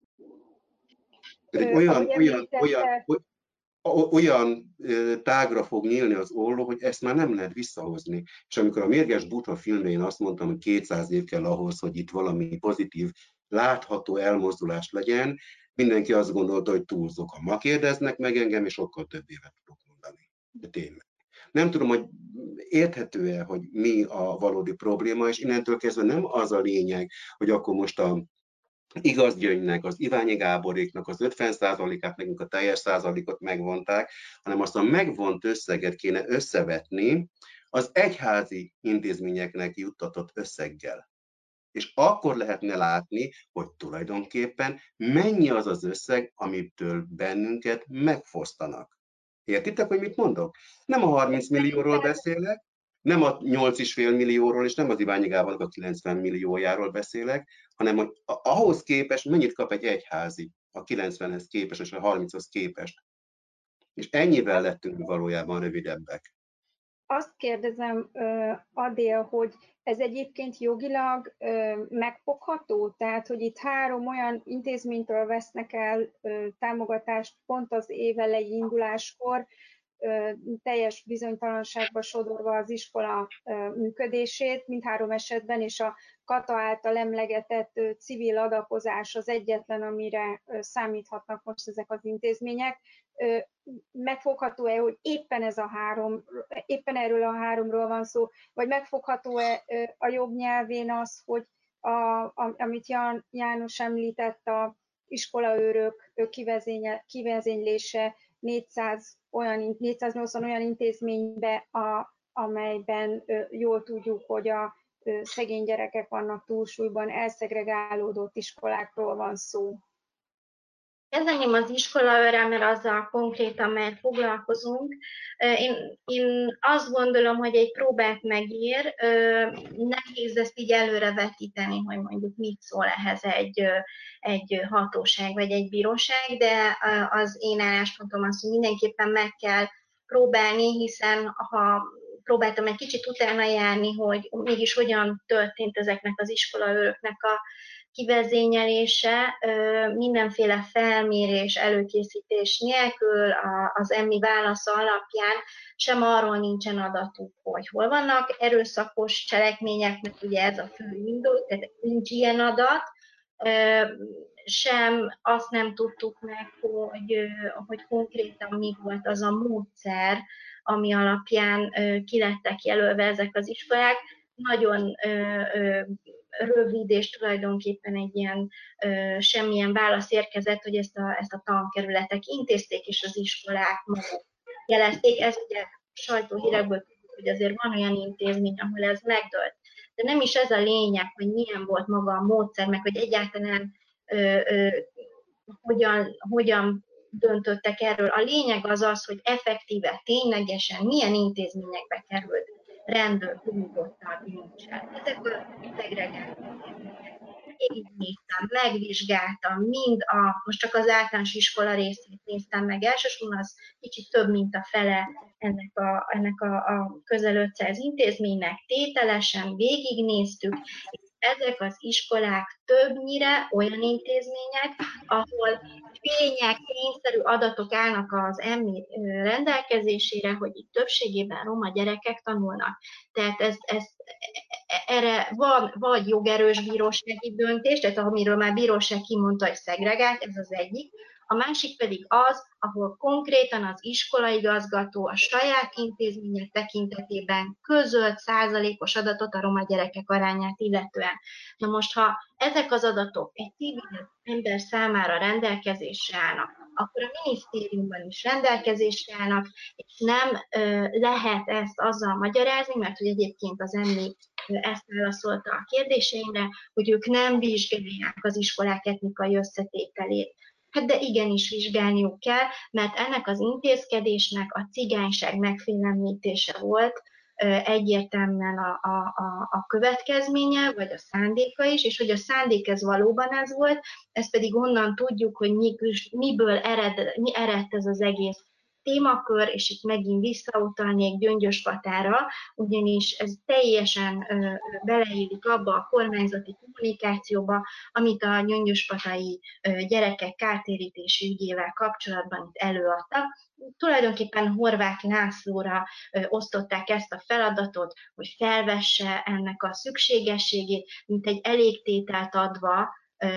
[SPEAKER 2] Egy olyan, olyan, olyan, olyan tágra fog nyílni az olló, hogy ezt már nem lehet visszahozni. És amikor a Mérges Butha filmben én azt mondtam, hogy kétszáz év kell ahhoz, hogy itt valami pozitív, látható elmozdulás legyen, mindenki azt gondolta, hogy túlzok. Ha ma kérdeznek meg engem, és sokkal több évet tudok mondani. De tényleg. Nem tudom, hogy érthető-e, hogy mi a valódi probléma, és innentől kezdve nem az a lényeg, hogy akkor most a Igazgyöngynek, az Iványi Gáboréknak az ötven százalékát, nekünk a teljes százalékot megvonták, hanem azt a megvont összeget kéne összevetni az egyházi intézményeknek juttatott összeggel. És akkor lehetne látni, hogy tulajdonképpen mennyi az az összeg, amitől bennünket megfosztanak. Értitek, hogy mit mondok? Nem a harminc millióról beszélek, nem a nyolc egész öt millióról, és nem az Iványi Gábornak a kilencven milliójáról beszélek, hanem hogy ahhoz képest mennyit kap egy egyházi a kilencvenhez képest, és a harminchoz képest. És ennyivel lettünk valójában rövidebbek.
[SPEAKER 1] Azt kérdezem, Adél, hogy ez egyébként jogilag megfogható? Tehát, hogy itt három olyan intézménytől vesznek el támogatást pont az évelei induláskor, teljes bizonytalanságba sodorva az iskola működését mindhárom esetben, és a Kata által emlegetett civil adakozás az egyetlen, amire számíthatnak most ezek az intézmények. Megfogható-e, hogy éppen ez a három, éppen erről a háromról van szó, vagy megfogható-e a jobb nyelvén az, hogy a, a, amit Jan, János említett, a iskolaőrök kivezénylése négyszáz olyan, négyszáznyolcvan olyan intézménybe, a, amelyben jól tudjuk, hogy a szegény gyerekek vannak túlsúlyban, elszegregálódott iskolákról van szó.
[SPEAKER 3] Kezdeném az iskolaőrrel, mert azzal konkrétan, mert foglalkozunk. Én, én azt gondolom, hogy egy próbát megír, nehéz ezt így előrevetíteni, hogy mondjuk mit szól ehhez egy, egy hatóság vagy egy bíróság, de az én álláspontom az, hogy mindenképpen meg kell próbálni, hiszen ha próbáltam egy kicsit utána járni, hogy mégis hogyan történt ezeknek az iskolaőröknek a kivezényelése, mindenféle felmérés, előkészítés nélkül az emmi válasza alapján sem arról nincsen adatuk, hogy hol vannak erőszakos cselekmények, mert ugye ez a fő indul, tehát nincs ilyen adat, sem azt nem tudtuk meg, hogy, hogy konkrétan mi volt az a módszer, ami alapján ki lettek jelölve ezek az iskolák. Nagyon rövid és tulajdonképpen egy ilyen ö, semmilyen válasz érkezett, hogy ezt a, ezt a tankerületek intézték, és az iskolák maguk jelezték. Ez ugye sajtóhírekből tudjuk, hogy azért van olyan intézmény, ahol ez megdőlt. De nem is ez a lényeg, hogy milyen volt maga a módszer, meg hogy egyáltalán ö, ö, hogyan, hogyan döntöttek erről. A lényeg az az, hogy effektíve, ténylegesen milyen intézményekbe került rendőr nyugodtan nincsen. Ezek a szegregált intézmények. Én néztem, megvizsgáltam, mind a, most csak az általános iskola részét néztem meg, elsősorban az kicsit több, mint a fele ennek a, ennek a, a közel ötszáz intézménynek tételesen végignéztük, és ezek az iskolák többnyire olyan intézmények, ahol tények, tényszerű adatok állnak az emmi rendelkezésére, hogy itt többségében roma gyerekek tanulnak. Tehát ez, ez, erre van vagy jogerős bírósági döntés, tehát amiről már bíróság kimondta, hogy szegregált, ez az egyik. A másik pedig az, ahol konkrétan az iskolaigazgató a saját intézmények tekintetében közölt százalékos adatot a roma gyerekek arányát illetően. Na most, ha ezek az adatok egy civil ember számára rendelkezésre állnak, akkor a minisztériumban is rendelkezésre állnak, és nem ö, lehet ezt azzal magyarázni, mert hogy egyébként az emmi ezt válaszolta a kérdéseimre, hogy ők nem vizsgálják az iskolák etnikai összetételét. Hát de igenis vizsgálniuk kell, mert ennek az intézkedésnek a cigányság megfélemlítése volt egyértelműen a, a, a, a következménye, vagy a szándéka is, és hogy a szándék ez valóban ez volt, ezt pedig onnan tudjuk, hogy miből ered, mi eredt ez az egész témakör, és itt megint visszautalnék Gyöngyös Katára, ugyanis ez teljesen ö, beleillik abba a kormányzati kommunikációba, amit a Gyöngyös Katai ö, gyerekek kártérítési ügyével kapcsolatban itt előadtak. Tulajdonképpen Horváth Lászlóra ö, osztották ezt a feladatot, hogy felvesse ennek a szükségességét, mint egy elégtételt adva,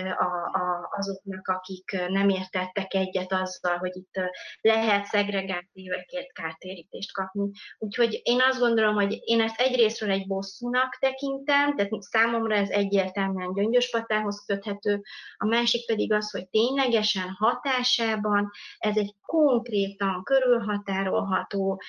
[SPEAKER 3] A, a, azoknak, akik nem értettek egyet azzal, hogy itt lehet szegregált évekért kártérítést kapni. Úgyhogy én azt gondolom, hogy én ezt egyrésztről egy bosszúnak tekintem, tehát számomra ez egyértelműen Gyöngyös Katához köthető, a másik pedig az, hogy ténylegesen hatásában ez egy konkrétan körülhatárolható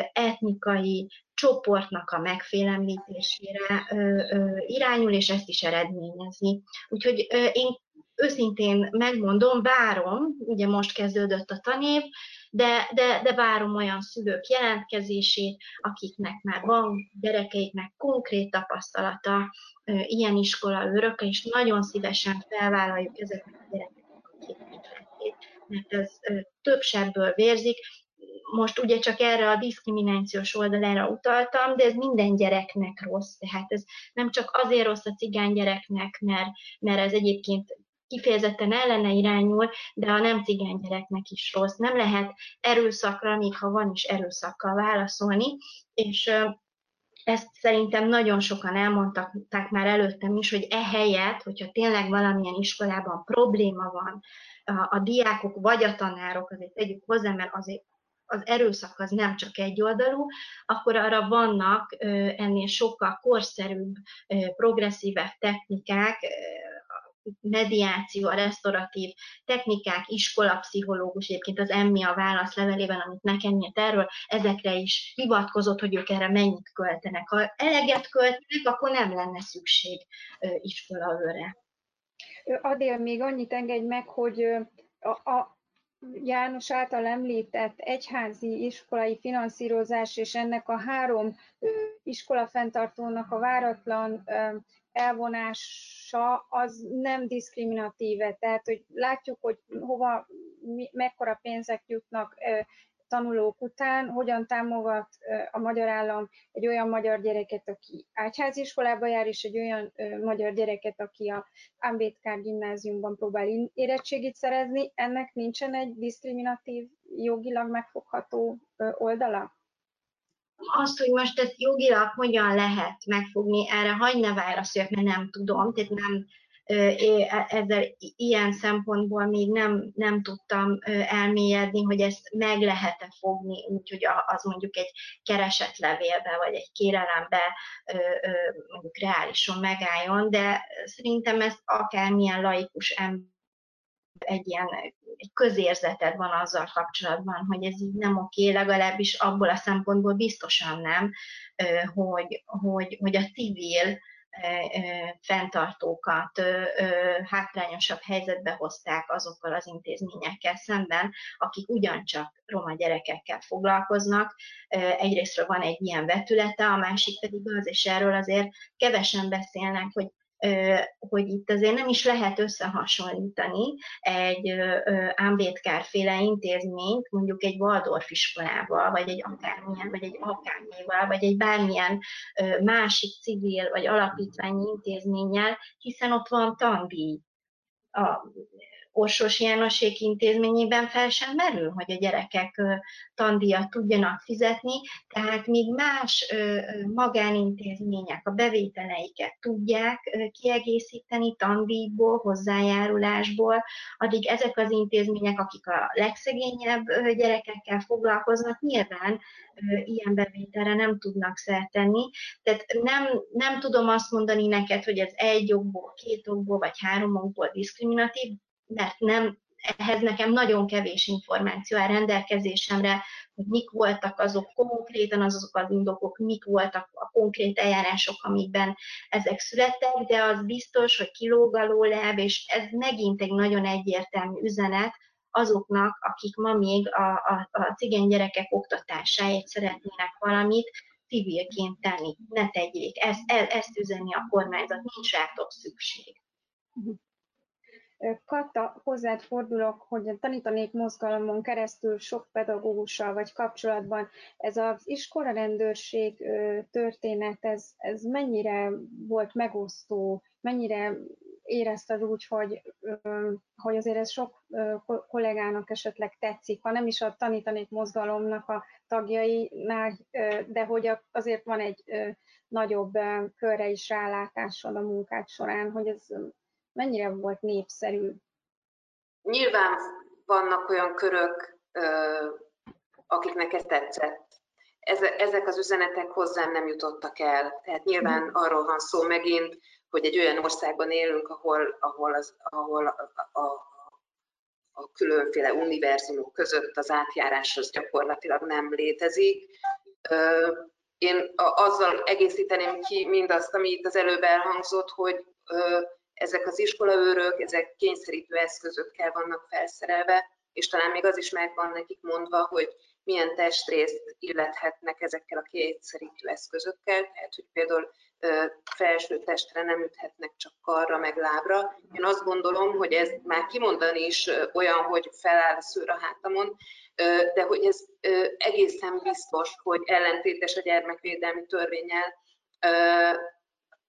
[SPEAKER 3] etnikai csoportnak a megfélemlítésére ö, ö, irányul, és ezt is eredményezi. Úgyhogy ö, én őszintén megmondom, várom, ugye most kezdődött a tanév, de, de, de várom olyan szülők jelentkezését, akiknek már van gyerekeiknek konkrét tapasztalata ö, ilyen iskolaőrök, és nagyon szívesen felvállaljuk ezeknek a gyerekeknek a képviseletét, mert ez ö, több sebből vérzik. Most ugye csak erre a diszkriminációs oldalára utaltam, de ez minden gyereknek rossz. Tehát ez nem csak azért rossz a cigány gyereknek, mert, mert ez egyébként kifejezetten ellene irányul, de a nem cigány gyereknek is rossz. Nem lehet erőszakra, még ha van is erőszakkal válaszolni, és ezt szerintem nagyon sokan elmondták már előttem is, hogy ehelyett, hogyha tényleg valamilyen iskolában probléma van, a, a diákok vagy a tanárok, azért tegyük hozzá, mert azért az erőszak az nem csak egyoldalú, akkor arra vannak ennél sokkal korszerűbb, progresszívebb technikák, mediáció, a resztoratív technikák, iskolapszichológus, egyébként az Emmi a válaszlevelében, amit nekem írt erről, ezekre is hivatkozott, hogy ők erre mennyit költenek. Ha eleget költenek, akkor nem lenne szükség iskolaőrre.
[SPEAKER 1] Adél, még annyit engedj meg, hogy a, a János által említett egyházi iskolai finanszírozás és ennek a három iskolafenntartónak a váratlan elvonása az nem diszkriminatíve. Tehát, hogy látjuk, hogy hova, mekkora pénzek jutnak tanulók után, hogyan támogat a magyar állam egy olyan magyar gyereket, aki egyházi iskolába jár, és egy olyan magyar gyereket, aki a Ambedkár gimnáziumban próbál érettségit szerezni. Ennek nincsen egy diszkriminatív, jogilag megfogható oldala?
[SPEAKER 3] Azt, hogy most ezt jogilag hogyan lehet megfogni, erre hagyj ne válaszoljak, mert nem tudom, tehát nem, ezzel ilyen szempontból még nem, nem tudtam elmélyedni, hogy ezt meg lehet-e fogni, úgyhogy az mondjuk egy keresetlevélbe, vagy egy kérelembe mondjuk reálisan megálljon, de szerintem ez akármilyen laikus ember, egy ilyen egy közérzeted van azzal kapcsolatban, hogy ez így nem oké, legalábbis abból a szempontból biztosan nem, hogy, hogy, hogy a civil fenntartókat hátrányosabb helyzetbe hozták azokkal az intézményekkel szemben, akik ugyancsak roma gyerekekkel foglalkoznak. Egyrésztről van egy ilyen vetülete, a másik pedig az, és erről azért kevesen beszélnek, hogy hogy itt azért nem is lehet összehasonlítani egy Ambedkár-féle intézményt, mondjuk egy Waldorf iskolával, vagy egy akármilyen, vagy egy akármival, vagy egy bármilyen másik civil vagy alapítványi intézménnyel, hiszen ott van tandíj. A Orsos Jánosék intézményében fel sem merül, hogy a gyerekek tandíjat tudjanak fizetni, tehát míg más magánintézmények a bevételeiket tudják kiegészíteni tandíjból, hozzájárulásból, addig ezek az intézmények, akik a legszegényebb gyerekekkel foglalkoznak, nyilván ilyen bevételre nem tudnak szert tenni. Tehát nem, nem tudom azt mondani neked, hogy ez egy okból, két okból vagy három okból diszkriminatív, mert nem, ehhez nekem nagyon kevés információ áll rendelkezésemre, hogy mik voltak azok konkrétan, azok az indokok, mik voltak a konkrét eljárások, amikben ezek születtek, de az biztos, hogy kilóg a lóláb, és ez megint egy nagyon egyértelmű üzenet azoknak, akik ma még a, a, a cigány gyerekek oktatásáért szeretnének valamit civilként tenni. Ne tegyék, ezt, ezt üzeni a kormányzat, nincs rátok szükség.
[SPEAKER 1] Katta, hozzád fordulok, hogy a Tanítanék mozgalomon keresztül sok pedagógussal vagy kapcsolatban ez az iskolarendőrség történet, ez, ez mennyire volt megosztó, mennyire érezted úgy, hogy, hogy azért ez sok kollégának esetleg tetszik, ha nem is a Tanítanék mozgalomnak a tagjainál, de hogy azért van egy nagyobb körre is rálátásod a munkád során, hogy ez mennyire volt népszerű?
[SPEAKER 4] Nyilván vannak olyan körök, akiknek ez tetszett. Ezek az üzenetek hozzám nem jutottak el. Tehát nyilván arról van szó megint, hogy egy olyan országban élünk, ahol, ahol, az, ahol a, a, a különféle univerzumok között az átjárás az gyakorlatilag nem létezik. Én azzal egészíteném ki mindazt, ami itt az előbb elhangzott, hogy ezek az iskolaőrök, ezek kényszerítő eszközökkel vannak felszerelve, és talán még az is meg van nekik mondva, hogy milyen testrészt illethetnek ezekkel a kényszerítő eszközökkel, tehát hogy például felső testre nem üthetnek, csak karra, meg lábra. Én azt gondolom, hogy ez már kimondani is olyan, hogy feláll a szőr a hátamon, de hogy ez egészen biztos, hogy ellentétes a gyermekvédelmi törvénnyel,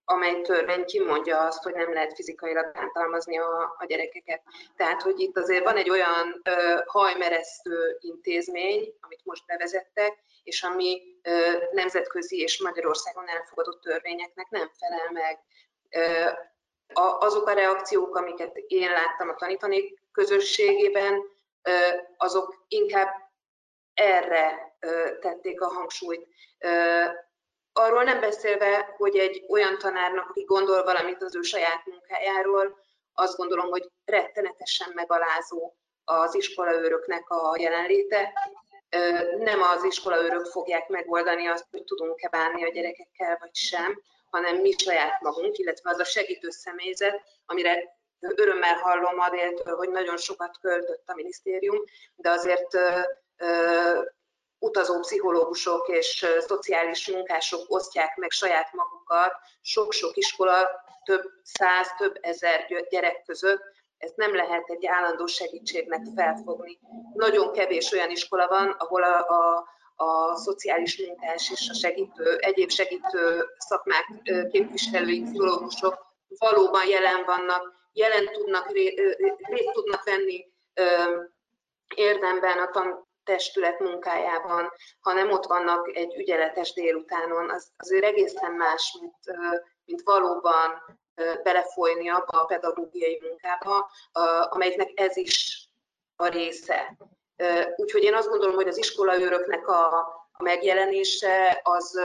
[SPEAKER 4] amely törvény kimondja azt, hogy nem lehet fizikailag bántalmazni a, a gyerekeket. Tehát, hogy itt azért van egy olyan ö, hajmeresztő intézmény, amit most bevezettek, és ami ö, nemzetközi és Magyarországon elfogadott törvényeknek nem felel meg. Ö, a, azok a reakciók, amiket én láttam a tanítanék közösségében, ö, azok inkább erre ö, tették a hangsúlyt. Ö, Arról nem beszélve, hogy egy olyan tanárnak, aki gondol valamit az ő saját munkájáról, azt gondolom, hogy rettenetesen megalázó az iskolaőröknek a jelenléte. Nem az iskolaőrök fogják megoldani azt, hogy tudunk-e bánni a gyerekekkel, vagy sem, hanem mi saját magunk, illetve az a segítő személyzet, amire örömmel hallom ma déltől, hogy nagyon sokat költött a minisztérium, de azért utazó pszichológusok és szociális munkások osztják meg saját magukat sok-sok iskola, több száz, több ezer gyerek között. Ezt nem lehet egy állandó segítségnek felfogni. Nagyon kevés olyan iskola van, ahol a, a, a szociális munkás és a segítő, egyéb segítő szakmák képviselői, pszichológusok valóban jelen vannak, jelen tudnak, részt tudnak venni érdemben a tan testület munkájában, hanem ott vannak egy ügyeletes délutánon, az azért egészen más, mint, mint valóban belefolyni abba a pedagógiai munkába, amelynek ez is a része. Úgyhogy én azt gondolom, hogy az iskolaőröknek a, a megjelenése az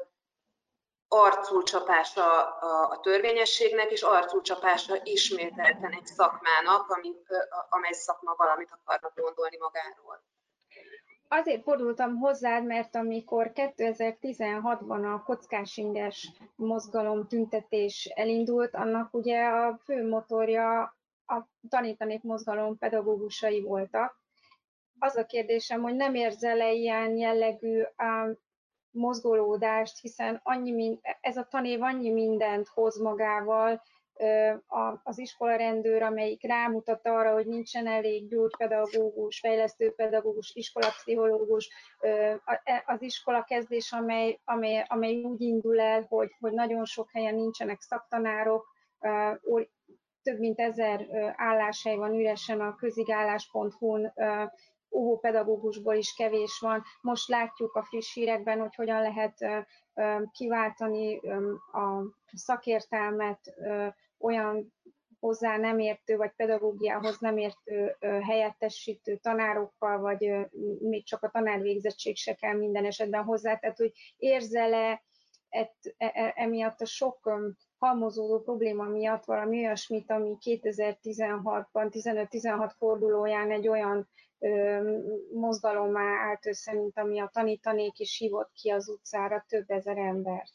[SPEAKER 4] arculcsapása a, a törvényességnek, és arculcsapása ismételten egy szakmának, ami, amely szakma valamit akarnak gondolni magáról.
[SPEAKER 1] Azért fordultam hozzád, mert amikor kétezer-tizenhatban a kockásinges mozgalom tüntetés elindult, annak ugye a fő motorja a tanítanék mozgalom pedagógusai voltak. Az a kérdésem, hogy nem érzel-e ilyen jellegű um, mozgolódást, hiszen annyi, ez a tanév annyi mindent hoz magával, az iskolarendőr, amelyik rámutat arra, hogy nincsen elég gyógypedagógus, fejlesztőpedagógus, iskolapszichológus, az iskolakezdés, amely, amely, amely úgy indul el, hogy, hogy nagyon sok helyen nincsenek szaktanárok, több mint ezer álláshely van üresen a közigállás pont hu-n, óvópedagógusból is kevés van. Most látjuk a friss hírekben, hogy hogyan lehet kiváltani a szakértelmet olyan hozzá nem értő, vagy pedagógiához nem értő helyettesítő tanárokkal, vagy még csak a tanárvégzettség se kell minden esetben hozzá. Tehát, hogy érzel-e emiatt a sok halmozódó probléma miatt valami olyasmit, ami kétezer-tizenhatban, tizenöt-tizenhat fordulóján egy olyan mozgalommá állt össze, mint ami a tanítanék, és hívott ki az utcára több ezer embert?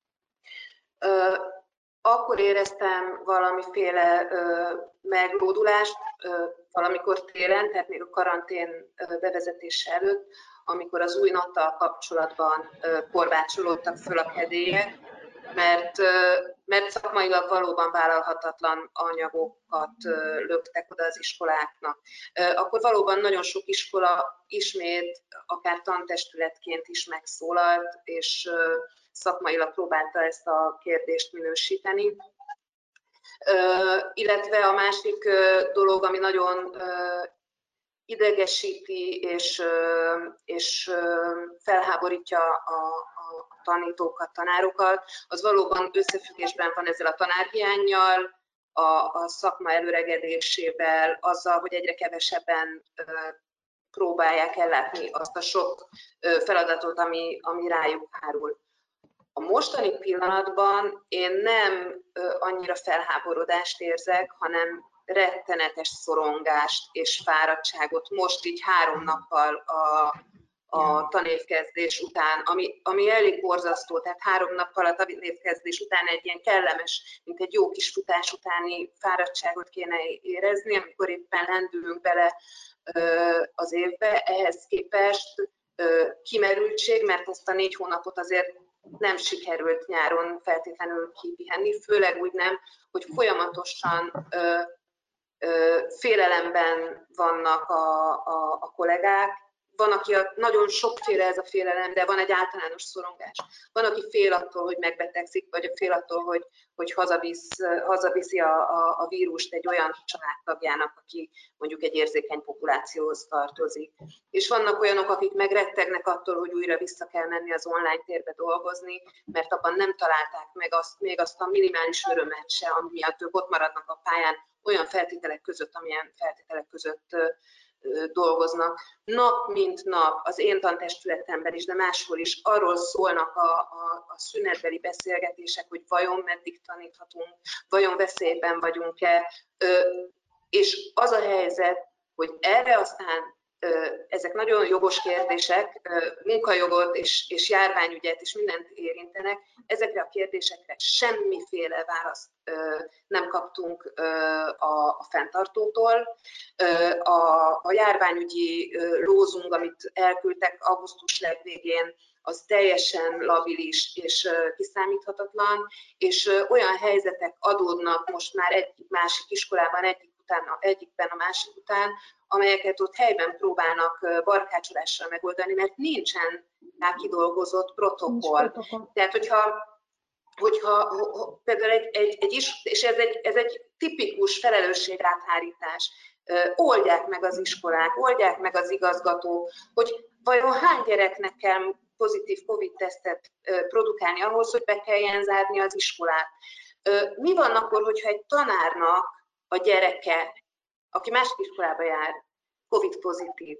[SPEAKER 4] Akkor éreztem valamiféle meglódulást, valamikor télen, tehát még a karantén bevezetése előtt, amikor az új nattal kapcsolatban korbácsolódtak föl a kedélyek, mert, mert szakmailag valóban vállalhatatlan anyagokat löktek oda az iskoláknak. Akkor valóban nagyon sok iskola ismét, akár tantestületként is megszólalt, és szakmailag próbálta ezt a kérdést minősíteni. Illetve a másik dolog, ami nagyon idegesíti és, és felháborítja a, a tanítókat, tanárokat, az valóban összefüggésben van ezzel a tanárhiánnyal, a, a szakma előregedésével, azzal, hogy egyre kevesebben próbálják ellátni azt a sok feladatot, ami, ami rájuk hárul. A mostani pillanatban én nem annyira felháborodást érzek, hanem rettenetes szorongást és fáradtságot most így három nappal a, a tanévkezdés után, ami, ami elég borzasztó, tehát három nappal a tanévkezdés után egy ilyen kellemes, mint egy jó kis futás utáni fáradtságot kéne érezni, amikor éppen lendülünk bele az évbe, ehhez képest kimerültség, mert ezt a négy hónapot azért nem sikerült nyáron feltétlenül kipihenni, főleg úgy nem, hogy folyamatosan ö, ö, félelemben vannak a, a, a kollégák, van, aki a, nagyon sokféle ez a félelem, de van egy általános szorongás. Van, aki fél attól, hogy megbetegszik, vagy fél attól, hogy, hogy hazavisz, hazaviszi a, a, a vírust egy olyan családtagjának, aki mondjuk egy érzékeny populációhoz tartozik. És vannak olyanok, akik megrettegnek attól, hogy újra vissza kell menni az online térbe dolgozni, mert abban nem találták meg azt, még azt a minimális örömet se, ami miatt ők ott maradnak a pályán olyan feltételek között, amilyen feltételek között dolgoznak. Nap mint nap az én tantestületemben is, de máshol is arról szólnak a, a, a szünetbeli beszélgetések, hogy vajon meddig taníthatunk, vajon veszélyben vagyunk-e, és az a helyzet, hogy erre aztán ezek nagyon jogos kérdések, munkajogot és, és járványügyet és mindent érintenek, ezekre a kérdésekre semmiféle választ nem kaptunk a, a fenntartótól. A, a járványügyi lózung, amit elküldtek augusztus legvégén, az teljesen labilis és kiszámíthatatlan, és olyan helyzetek adódnak most már egyik másik iskolában, egyik utána, egyikben a másik után, amelyeket ott helyben próbálnak barkácsolással megoldani, mert nincsen rá kidolgozott protokoll. Tehát, hogyha, hogyha például egy, egy, egy is, és ez egy, ez egy tipikus felelősségáthárítás, oldják meg az iskolák, oldják meg az igazgatók, hogy vajon hány gyereknek kell pozitív Covid-tesztet produkálni ahhoz, hogy be kelljen zárni az iskolát. Mi van akkor, hogyha egy tanárnak a gyereke, aki másik iskolába jár, Covid-pozitív?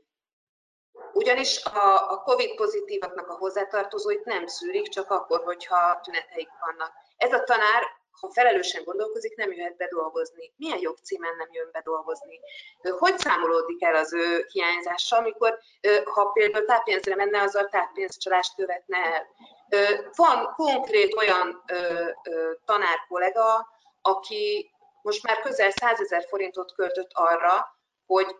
[SPEAKER 4] Ugyanis a, a Covid-pozitívaknak a hozzátartozóit nem szűrik, csak akkor, hogyha tüneteik vannak. Ez a tanár, ha felelősen gondolkozik, nem jöhet be dolgozni. Milyen jogcímen nem jön be dolgozni? Hogy számolódik el az ő hiányzása, amikor, ha például táppénzre menne, azzal táppénzcsalást követne el? Van konkrét olyan tanár kollega, aki most már közel százezer forintot költött arra, hogy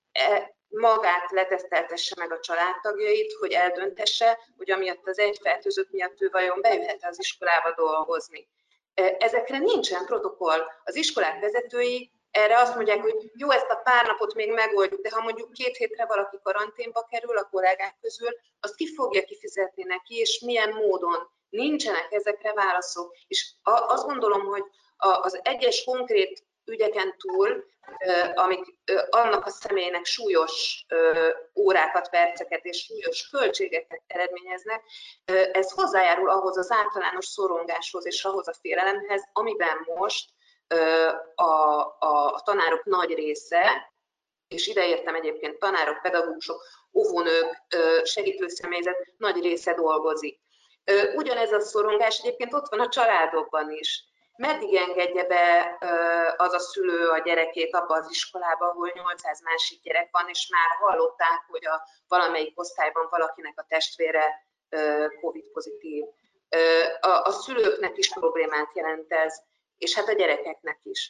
[SPEAKER 4] magát leteszteltesse meg a családtagjait, hogy eldöntesse, hogy amiatt az egy fertőzött miatt ő vajon bejöhet az iskolába dolgozni. Ezekre nincsen protokoll. Az iskolák vezetői erre azt mondják, hogy jó, ezt a pár napot még megoldjuk, de ha mondjuk két hétre valaki karanténba kerül a kollégák közül, azt ki fogja kifizetni neki, és milyen módon? Nincsenek ezekre válaszok. És azt gondolom, hogy az egyes konkrét ügyeken túl, amik annak a személynek súlyos órákat, perceket és súlyos költségeket eredményeznek, ez hozzájárul ahhoz az általános szorongáshoz és ahhoz a félelemhez, amiben most a, a, a tanárok nagy része, és ideértem egyébként tanárok, pedagógusok, óvónők, segítőszemélyzet nagy része dolgozik. Ugyanez a szorongás egyébként ott van a családokban is. Meddig engedje be az a szülő a gyerekét abba az iskolába, ahol nyolcszáz másik gyerek van, és már hallották, hogy a valamelyik osztályban valakinek a testvére Covid-pozitív. A, a szülőknek is problémát jelent ez, és hát a gyerekeknek is.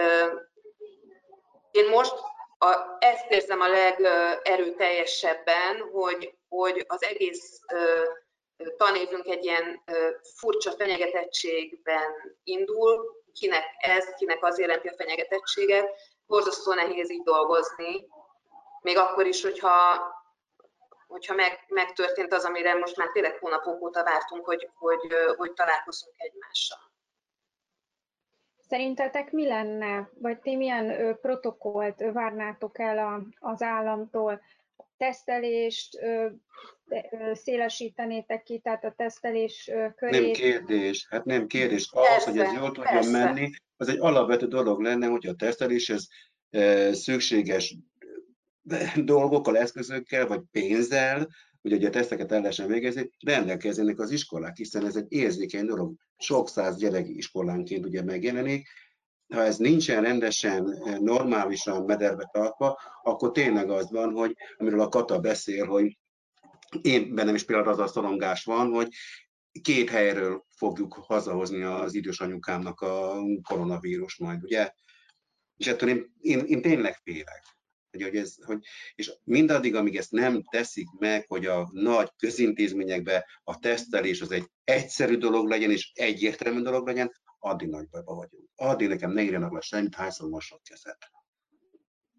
[SPEAKER 4] Én most a, ezt érzem a legerőteljesebben, hogy, hogy az egész tanévünk egy ilyen furcsa fenyegetettségben indul, kinek ez, kinek az jelenti a fenyegetettséget, borzasztó nehéz így dolgozni, még akkor is, hogyha, hogyha meg, megtörtént az, amire most már tényleg hónapok óta vártunk, hogy, hogy, hogy találkozunk egymással.
[SPEAKER 1] Szerintetek mi lenne, vagy ti milyen protokollt várnátok el a, az államtól? Tesztelést szélesítenétek ki, tehát a tesztelés körét?
[SPEAKER 2] Nem kérdés, hát nem kérdés. Ahhoz, persze, hogy ez jól tudjon persze. menni, az egy alapvető dolog lenne, hogy a teszteléshez szükséges dolgokkal, eszközökkel, vagy pénzzel, hogy ugye a teszteket el lehessen végezni, rendelkezzenek az iskolák, hiszen ez egy érzékeny dolog. Sok száz gyerek iskolánként ugye megjelenik. Ha ez nincsen rendesen, normálisan mederbe tartva, akkor tényleg az van, hogy amiről a Kata beszél, hogy én bennem is például az a szorongás van, hogy két helyről fogjuk hazahozni az idős anyukámnak a koronavírus majd, ugye? És ettől én, én, én tényleg félek. Hogy ez, hogy, és mindaddig, amíg ezt nem teszik meg, hogy a nagy közintézményekben a tesztelés az egy egyszerű dolog legyen, és egyértelmű dolog legyen, addig nagy bajba vagyunk. Addig nekem ne írjanak le semmit, hányszor mosok kezet.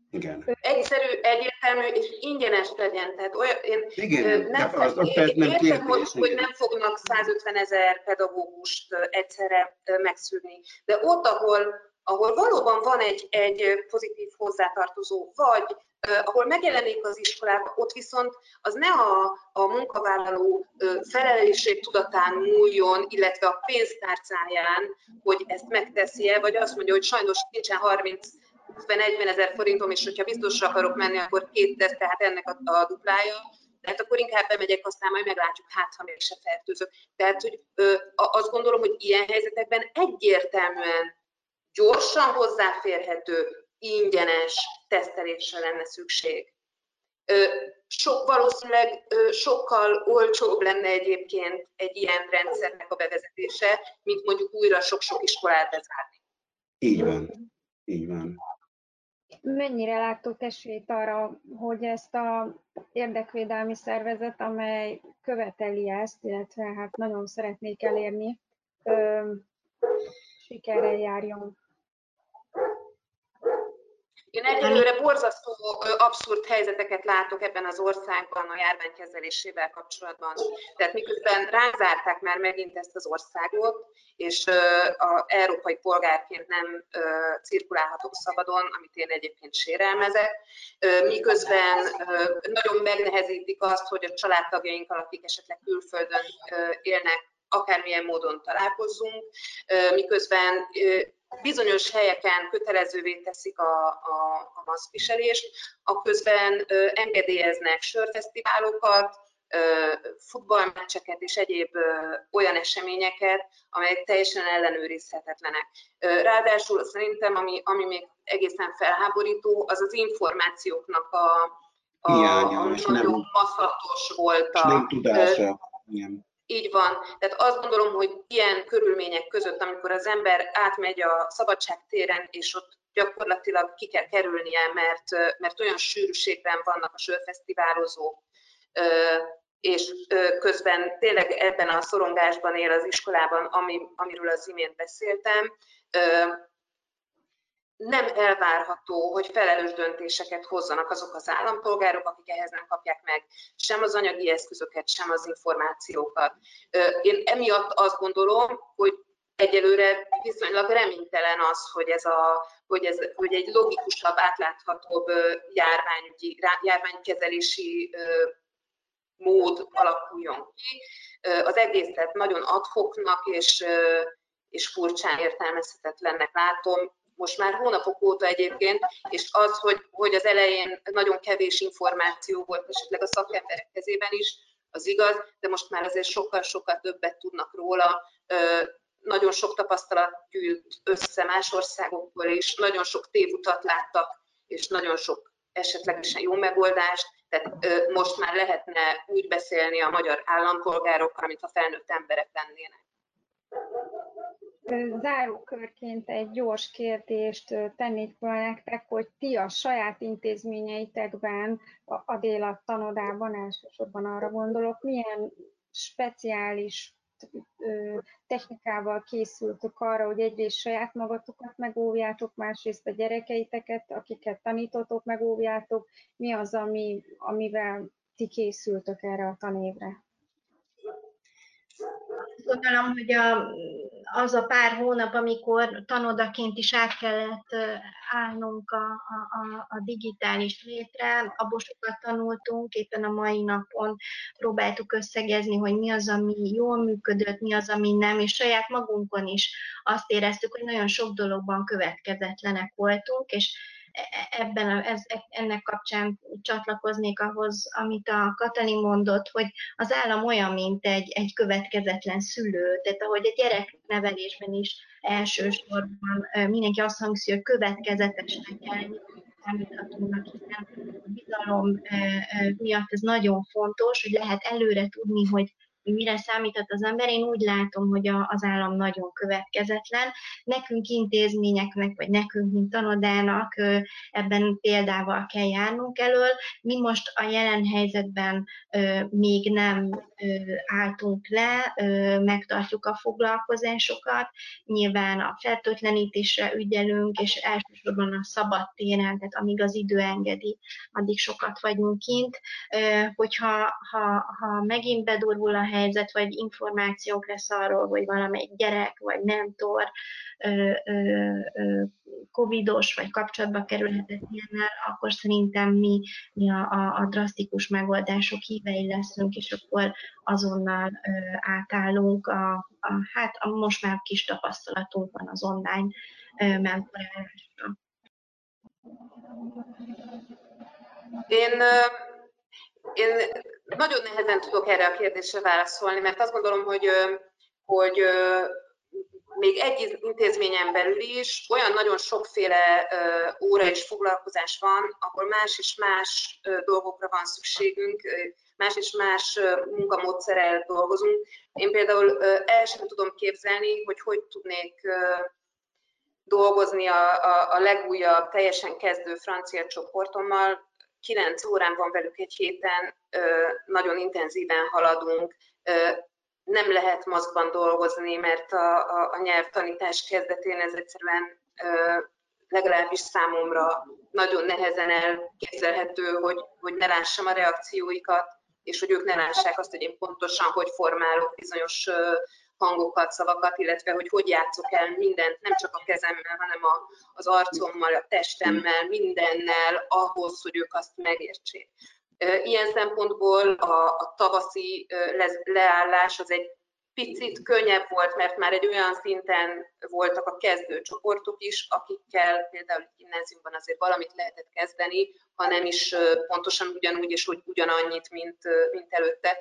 [SPEAKER 2] Igen.
[SPEAKER 4] Egyszerű, egyértelmű és ingyenes legyen. Tehát olyan, én,
[SPEAKER 2] igen,
[SPEAKER 4] nem,
[SPEAKER 2] az, az
[SPEAKER 4] én
[SPEAKER 2] nem
[SPEAKER 4] értem,
[SPEAKER 2] kérdés,
[SPEAKER 4] hogy, hogy
[SPEAKER 2] igen.
[SPEAKER 4] nem fognak százötven ezer pedagógust egyszerre megszűrni, de ott, ahol, ahol valóban van egy, egy pozitív hozzátartozó, vagy ahol megjelenik az iskolában, ott viszont az ne a, a munkavállaló felelősségtudatán múljon, illetve a pénztárcáján, hogy ezt megteszi-e, vagy azt mondja, hogy sajnos nincsen harminc negyven ezer forintom, és hogyha biztosra akarok menni, akkor két teszt, tehát ennek a, a duplája. Tehát akkor inkább bemegyek, aztán majd meglátjuk, hát ha mégse fertőzök. Tehát hogy, ö, azt gondolom, hogy ilyen helyzetekben egyértelműen gyorsan hozzáférhető, ingyenes tesztelésre lenne szükség. Ö, sok, valószínűleg ö, sokkal olcsóbb lenne egyébként egy ilyen rendszernek a bevezetése, mint mondjuk újra sok-sok iskolát bezárni.
[SPEAKER 2] Így van, így van.
[SPEAKER 1] Mennyire láttok esélyt arra, hogy ezt a érdekvédelmi szervezet, amely követeli ezt, illetve hát nagyon szeretnék elérni, ö, sikerrel járjon?
[SPEAKER 4] Én egyelőre borzasztó abszurd helyzeteket látok ebben az országban a járvány kezelésével kapcsolatban. Tehát miközben rázárták már megint ezt az országot, és az európai polgárként nem cirkulálhatok szabadon, amit én egyébként sérelmezek, miközben nagyon megnehezítik azt, hogy a családtagjainkkal, akik esetleg külföldön élnek, akármilyen módon találkozzunk, miközben bizonyos helyeken kötelezővé teszik a, a, a maszkviselést, akközben ö, engedélyeznek sörfesztiválokat, ö, futballmeccseket és egyéb ö, olyan eseményeket, amelyek teljesen ellenőrizhetetlenek. Ö, ráadásul szerintem, ami, ami még egészen felháborító, az az információknak a, a,
[SPEAKER 2] Hiánya,
[SPEAKER 4] a
[SPEAKER 2] és
[SPEAKER 4] nagyon
[SPEAKER 2] nem,
[SPEAKER 4] maszatos volt.
[SPEAKER 2] És nem tudása. Igen.
[SPEAKER 4] Így van. Tehát azt gondolom, hogy ilyen körülmények között, amikor az ember átmegy a szabadságtéren, és ott gyakorlatilag ki kell kerülnie, mert, mert olyan sűrűségben vannak a sörfesztiválozók, és közben tényleg ebben a szorongásban él az iskolában, ami, amiről az imént beszéltem, nem elvárható, hogy felelős döntéseket hozzanak azok az állampolgárok, akik ehhez nem kapják meg sem az anyagi eszközöket, sem az információkat. Én emiatt azt gondolom, hogy egyelőre viszonylag reménytelen az, hogy, ez a, hogy, ez, hogy egy logikusabb, átláthatóbb járványügyi, járványkezelési mód alakuljon ki. Az egészet nagyon ad hocnak és, és furcsán értelmezhetetlennek látom, most már hónapok óta egyébként, és az, hogy, hogy az elején nagyon kevés információ volt esetleg a szakemberek kezében is, az igaz, de most már azért sokkal-sokkal többet tudnak róla. Nagyon sok tapasztalat gyűlt össze más országokból is, nagyon sok tévutat láttak, és nagyon sok esetlegesen jó megoldást, tehát most már lehetne úgy beszélni a magyar állampolgárokkal, mint a felnőtt emberek lennének.
[SPEAKER 1] Zárókörként egy gyors kérdést tennék fel nektek, hogy ti a saját intézményeitekben, a délat tanodában, elsősorban arra gondolok, milyen speciális technikával készültök arra, hogy egyrészt saját magatokat megóvjátok, másrészt a gyerekeiteket, akiket tanítotok, megóvjátok. Mi az, ami, amivel ti készültök erre a tanévre?
[SPEAKER 3] Gondolom, hogy a, az a pár hónap, amikor tanodaként is át kellett állnunk a, a, a digitális létre, abból sokat tanultunk, éppen a mai napon próbáltuk összegezni, hogy mi az, ami jól működött, mi az, ami nem, és saját magunkon is azt éreztük, hogy nagyon sok dologban következetlenek voltunk, és ebben a, ez, ennek kapcsán csatlakoznék ahhoz, amit a Katalin mondott, hogy az állam olyan, mint egy, egy következetlen szülő, tehát ahogy a gyereknevelésben is elsősorban mindenki azt hangsúlyozza, hogy következetesnek kell számíthatónak, hiszen a bizalom miatt ez nagyon fontos, hogy lehet előre tudni, hogy mire számíthat az ember. Én úgy látom, hogy a, az állam nagyon következetlen. Nekünk intézményeknek, vagy nekünk, mint tanodának ebben példával kell járnunk elől. Mi most a jelen helyzetben még nem álltunk le, megtartjuk a foglalkozásokat. Nyilván a fertőtlenítésre ügyelünk, és elsősorban a szabad téren, tehát amíg az idő engedi, addig sokat vagyunk kint. Hogyha ha, ha megint bedurvul a helyzet, vagy információk lesz arról, hogy valamelyik gyerek, vagy mentor covidos, vagy kapcsolatba kerülhetett ilyennel, akkor szerintem mi, mi a, a, a drasztikus megoldások hívei leszünk, és akkor azonnal átállunk a, a, hát a most már kis tapasztalatunk van az online mentorálásra.
[SPEAKER 4] Én, én nagyon nehezen tudok erre a kérdésre válaszolni, mert azt gondolom, hogy, hogy még egy intézményen belül is olyan nagyon sokféle óra és foglalkozás van, ahol más és más dolgokra van szükségünk, más és más munkamódszerrel dolgozunk. Én például el sem tudom képzelni, hogy hogy tudnék dolgozni a, a, a legújabb, teljesen kezdő francia csoportommal. Kilenc órán van velük egy héten, nagyon intenzíven haladunk, nem lehet maszkban dolgozni, mert a, a, a nyelvtanítás kezdetén ez egyszerűen legalábbis számomra nagyon nehezen elképzelhető, hogy, hogy ne lássam a reakcióikat, és hogy ők ne lássák azt, hogy én pontosan hogy formálok bizonyos hangokat, szavakat, illetve hogy hogy játszok el mindent, nem csak a kezemmel, hanem a, az arcommal, a testemmel, mindennel ahhoz, hogy ők azt megértsék. Ilyen szempontból a, a tavaszi le, leállás az egy picit könnyebb volt, mert már egy olyan szinten voltak a kezdőcsoportok is, akikkel például gimnáziumban azért valamit lehetett kezdeni, ha nem is pontosan ugyanúgy és úgy ugyanannyit, mint, mint előtte.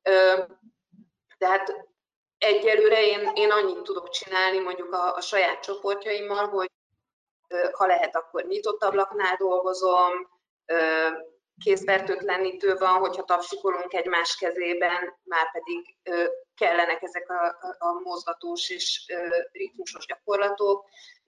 [SPEAKER 4] Tehát egyelőre én, én annyit tudok csinálni mondjuk a, a saját csoportjaimmal, hogy ha lehet, akkor nyitott ablaknál dolgozom, kézfertőtlenítő van, hogyha tapsikolunk egymás kezében, már pedig kellenek ezek a, a mozgatós és ritmusos gyakorlatok,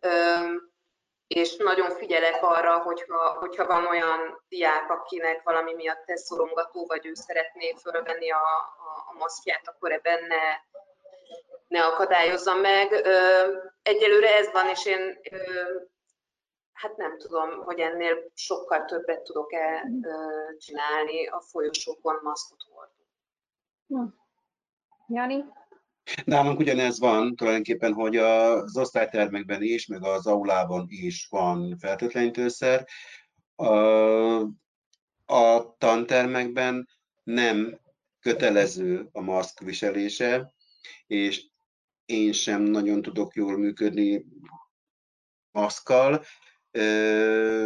[SPEAKER 4] és nagyon figyelek arra, hogyha, hogyha van olyan diák, akinek valami miatt ez szorongató, vagy ő szeretné fölvenni a, a, a maszkját, akkor ebben ne, ne akadályozza meg. Egyelőre ez van, és én hát nem tudom, hogy ennél sokkal többet tudok-e csinálni, a folyosókon maszkot hordunk.
[SPEAKER 1] Jani?
[SPEAKER 2] Nálunk ugyanez van tulajdonképpen, hogy az osztálytermekben is, meg az aulában is van fertőtlenítőszer. A, a tantermekben nem kötelező a maszk viselése, és én sem nagyon tudok jól működni maszkkal. Ö,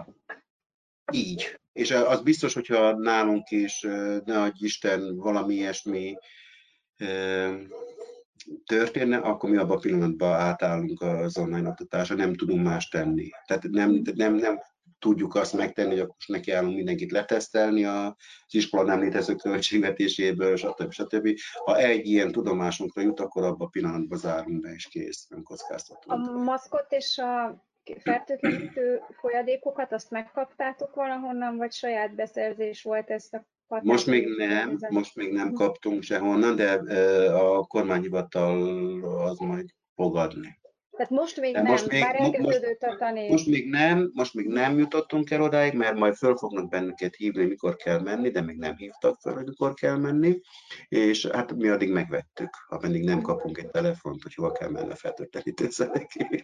[SPEAKER 2] így. És az biztos, hogyha nálunk is, ne adj Isten, valami ilyesmi ö, történne, akkor mi abban a pillanatban átállunk az online oktatásra, nem tudunk más tenni. Tehát nem, nem, nem tudjuk azt megtenni, hogy akkor nekiállunk mindenkit letesztelni az iskola nem létező költségvetéséből, stb. stb. Ha egy ilyen tudomásunkra jut, akkor abban a pillanatban zárunk be, és kész, nem kockáztatunk.
[SPEAKER 1] A maszkot és a fertőtlenítő folyadékokat azt megkaptátok valahonnan, vagy saját beszerzés volt ezt a patát?
[SPEAKER 2] Most még nem, most még nem kaptunk sehonnan, de a kormányhivatal az majd fog adni.
[SPEAKER 1] Tehát most még
[SPEAKER 2] de
[SPEAKER 1] nem,
[SPEAKER 2] most még,
[SPEAKER 1] bár elkezdődött a tanév.
[SPEAKER 2] Most még nem, most még nem jutottunk el odáig, mert majd föl fognak bennünket hívni, mikor kell menni, de még nem hívtak fel, hogy mikor kell menni, és hát mi addig megvettük, ameddig nem kapunk egy telefont, hogy hova kell menni a fertőtlenítőszerekért.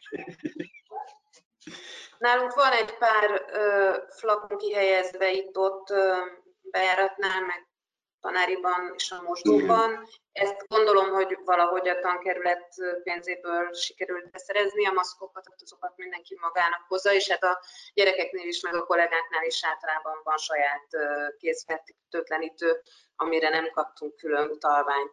[SPEAKER 4] Nálunk van egy pár uh, flakon kihelyezve itt-ott uh, bejáratnál, meg tanáriban és a mosdóban. Ezt gondolom, hogy valahogy a tankerület pénzéből sikerült beszerezni a maszkokat, azokat mindenki magának hozza, és hát a gyerekeknél is, meg a kollégáknál is általában van saját uh, kézfertőtlenítő, amire nem kaptunk külön utalványt.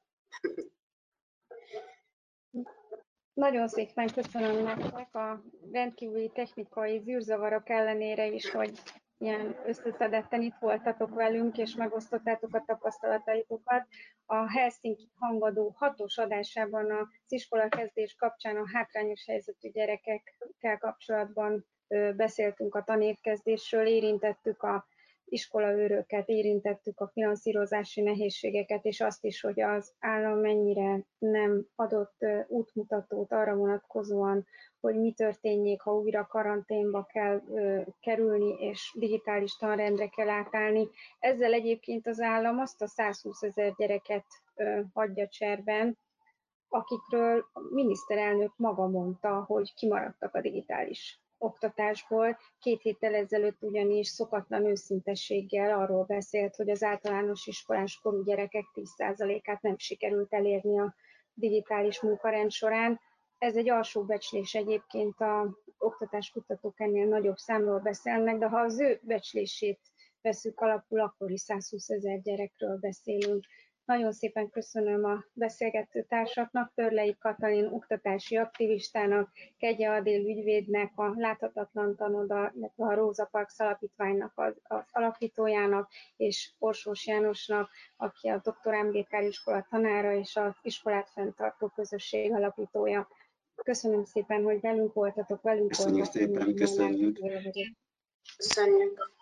[SPEAKER 1] Nagyon szépen köszönöm nektek a rendkívüli technikai zűrzavarok ellenére is, hogy ilyen összeszedetten itt voltatok velünk, és megosztottátok a tapasztalataitokat. A Helsinki Hangadó hatos adásában az iskolakezdés kapcsán a hátrányos helyzetű gyerekekkel kapcsolatban beszéltünk a tanévkezdésről, érintettük a iskolaőröket, érintettük a finanszírozási nehézségeket, és azt is, hogy az állam mennyire nem adott útmutatót arra vonatkozóan, hogy mi történjék, ha újra karanténba kell ö, kerülni, és digitális tanrendre kell átállni. Ezzel egyébként az állam azt a százhúszezer gyereket ö, hagyja cserben, akikről a miniszterelnök maga mondta, hogy kimaradtak a digitális oktatásból. Két héttel ezelőtt ugyanis szokatlan őszintességgel arról beszélt, hogy az általános iskolás korú gyerekek tíz százalékát nem sikerült elérni a digitális munkarend során. Ez egy alsó becslés egyébként, az oktatáskutatók ennél nagyobb számról beszélnek, de ha az ő becslését veszük alapul, akkor is százhúszezer gyerekről beszélünk. Nagyon szépen köszönöm a beszélgető társaknak, Törlei Katalin oktatási aktivistának, Kegye Adél ügyvédnek, a Láthatatlan Tanoda, illetve a Róza Parks Alapítványnak az, az alapítójának, és Orsós Jánosnak, aki a doktor em gé Kár iskola tanára és az iskolát fenntartó közösség alapítója. Köszönöm szépen, hogy velünk voltatok, velünk
[SPEAKER 2] Köszönjük
[SPEAKER 1] voltatok.
[SPEAKER 2] szépen, köszönjük.
[SPEAKER 4] Köszönjük.